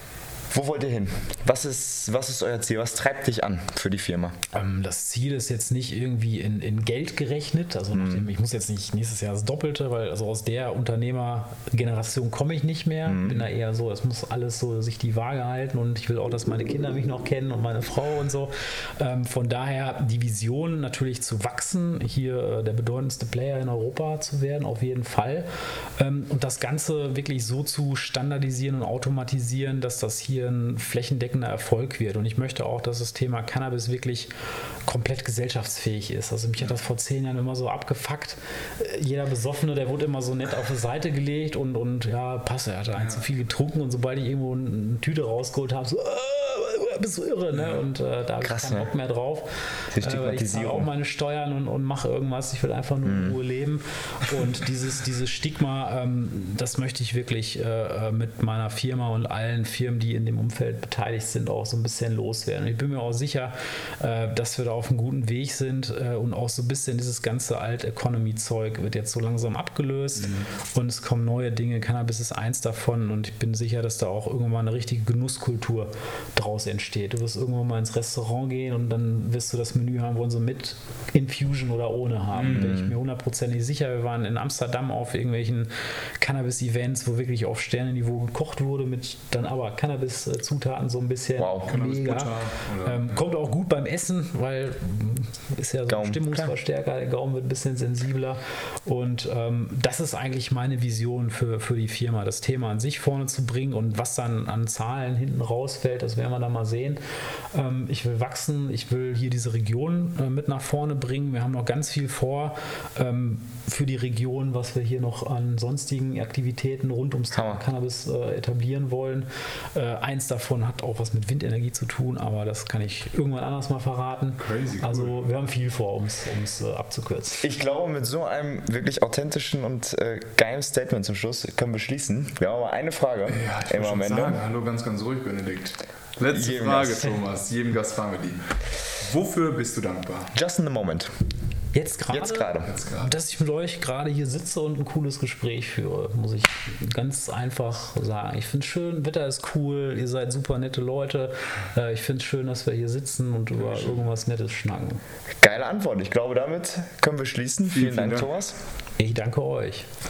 Wo wollt ihr hin? Was ist, was ist euer Ziel? Was treibt dich an für die Firma? Ähm, das Ziel ist jetzt nicht irgendwie in, in Geld gerechnet. Also mm. nachdem, ich muss jetzt nicht nächstes Jahr das Doppelte, weil also aus der Unternehmergeneration komme ich nicht mehr. Mm. Bin da eher so, es muss alles so sich die Waage halten und ich will auch, dass meine Kinder mich noch kennen und meine Frau und so. Ähm, von daher die Vision natürlich zu wachsen, hier äh, der bedeutendste Player in Europa zu werden, auf jeden Fall. Ähm, und das Ganze wirklich so zu standardisieren und automatisieren, dass das hier ein flächendeckender Erfolg wird. Und ich möchte auch, dass das Thema Cannabis wirklich komplett gesellschaftsfähig ist. Also mich hat das vor zehn Jahren immer so abgefuckt. Jeder Besoffene, der wurde immer so nett auf die Seite gelegt und, und ja, passt, er hatte ein zu viel getrunken und sobald ich irgendwo eine Tüte rausgeholt habe, so, äh, bist du irre, ne? Und äh, da habe ich keinen Bock mehr drauf. Die äh, ich zahle auch meine Steuern und, und mache irgendwas. Ich will einfach nur in Ruhe leben. Und dieses, dieses Stigma, ähm, das möchte ich wirklich äh, mit meiner Firma und allen Firmen, die in dem Umfeld beteiligt sind, auch so ein bisschen loswerden. Und ich bin mir auch sicher, äh, dass wir da auf einem guten Weg sind äh, und auch so ein bisschen dieses ganze Alt-Economy-Zeug wird jetzt so langsam abgelöst mhm. und es kommen neue Dinge. Cannabis ist eins davon und ich bin sicher, dass da auch irgendwann mal eine richtige Genusskultur draus entsteht. Du wirst irgendwann mal ins Restaurant gehen und dann wirst du das Menü haben, wollen sie mit Infusion oder ohne haben. Mhm. Bin ich mir hundertprozentig sicher. Wir waren in Amsterdam auf irgendwelchen Cannabis-Events, wo wirklich auf Sternenniveau gekocht wurde mit dann aber Cannabis-Zutaten so ein bisschen. Wow, mega. Ähm, ja. Kommt auch gut beim Essen, weil ist ja so Gaumen. ein Stimmungsverstärker, der Gaumen wird ein bisschen sensibler und ähm, das ist eigentlich meine Vision für, für die Firma, das Thema an sich vorne zu bringen und was dann an Zahlen hinten rausfällt, das werden wir dann mal sehen. Ähm, ich will wachsen, ich will hier diese Region äh, mit nach vorne bringen, wir haben noch ganz viel vor ähm, für die Region, was wir hier noch an sonstigen Aktivitäten rund ums Thema Cannabis äh, etablieren wollen. Äh, eins davon hat auch was mit Windenergie zu tun, aber das kann ich irgendwann anders mal verraten. Crazy, cool. Also wir haben viel vor, um es äh, abzukürzen. Ich glaube, mit so einem wirklich authentischen und äh, geilen Statement zum Schluss können wir schließen. Wir haben aber eine Frage. Ja, ich immer am Ende. Sagen. Hallo, ganz, ganz ruhig, Benedikt. Letzte Jedem Frage, Gast. Thomas. Jedem Gast fragen wir die. Wofür bist du dankbar? Just in the moment. Jetzt gerade, Jetzt gerade, dass ich mit euch gerade hier sitze und ein cooles Gespräch führe, muss ich ganz einfach sagen. Ich finde es schön, Wetter ist cool, ihr seid super nette Leute. Ich finde es schön, dass wir hier sitzen und über irgendwas Nettes schnacken. Geile Antwort. Ich glaube, damit können wir schließen. Vielen, vielen Dank, Dank, Thomas. Ich danke euch.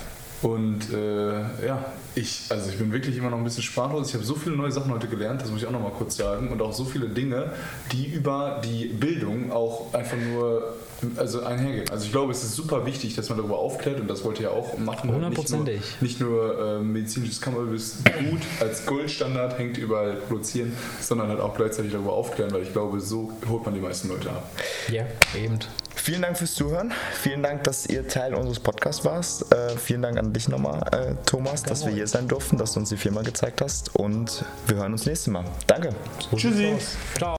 Und äh, ja, ich, also ich bin wirklich immer noch ein bisschen sprachlos. Ich habe so viele neue Sachen heute gelernt, das muss ich auch noch mal kurz sagen. Und auch so viele Dinge, die über die Bildung auch einfach nur also einhergehen. Also ich glaube, es ist super wichtig, dass man darüber aufklärt und das wollt ihr ja auch machen. Hundertprozentig. Nicht nur, nicht nur äh, medizinisches Cannabis gut als Goldstandard hängt überall produzieren, sondern halt auch gleichzeitig darüber aufklären, weil ich glaube, so holt man die meisten Leute ab. Ja, eben. Vielen Dank fürs Zuhören. Vielen Dank, dass ihr Teil unseres Podcasts warst. Äh, vielen Dank an dich nochmal, äh, Thomas, Danke dass wir euch. hier sein durften, dass du uns die Firma gezeigt hast. Und wir hören uns nächstes Mal. Danke. So Tschüssi. sieht's aus. Ciao.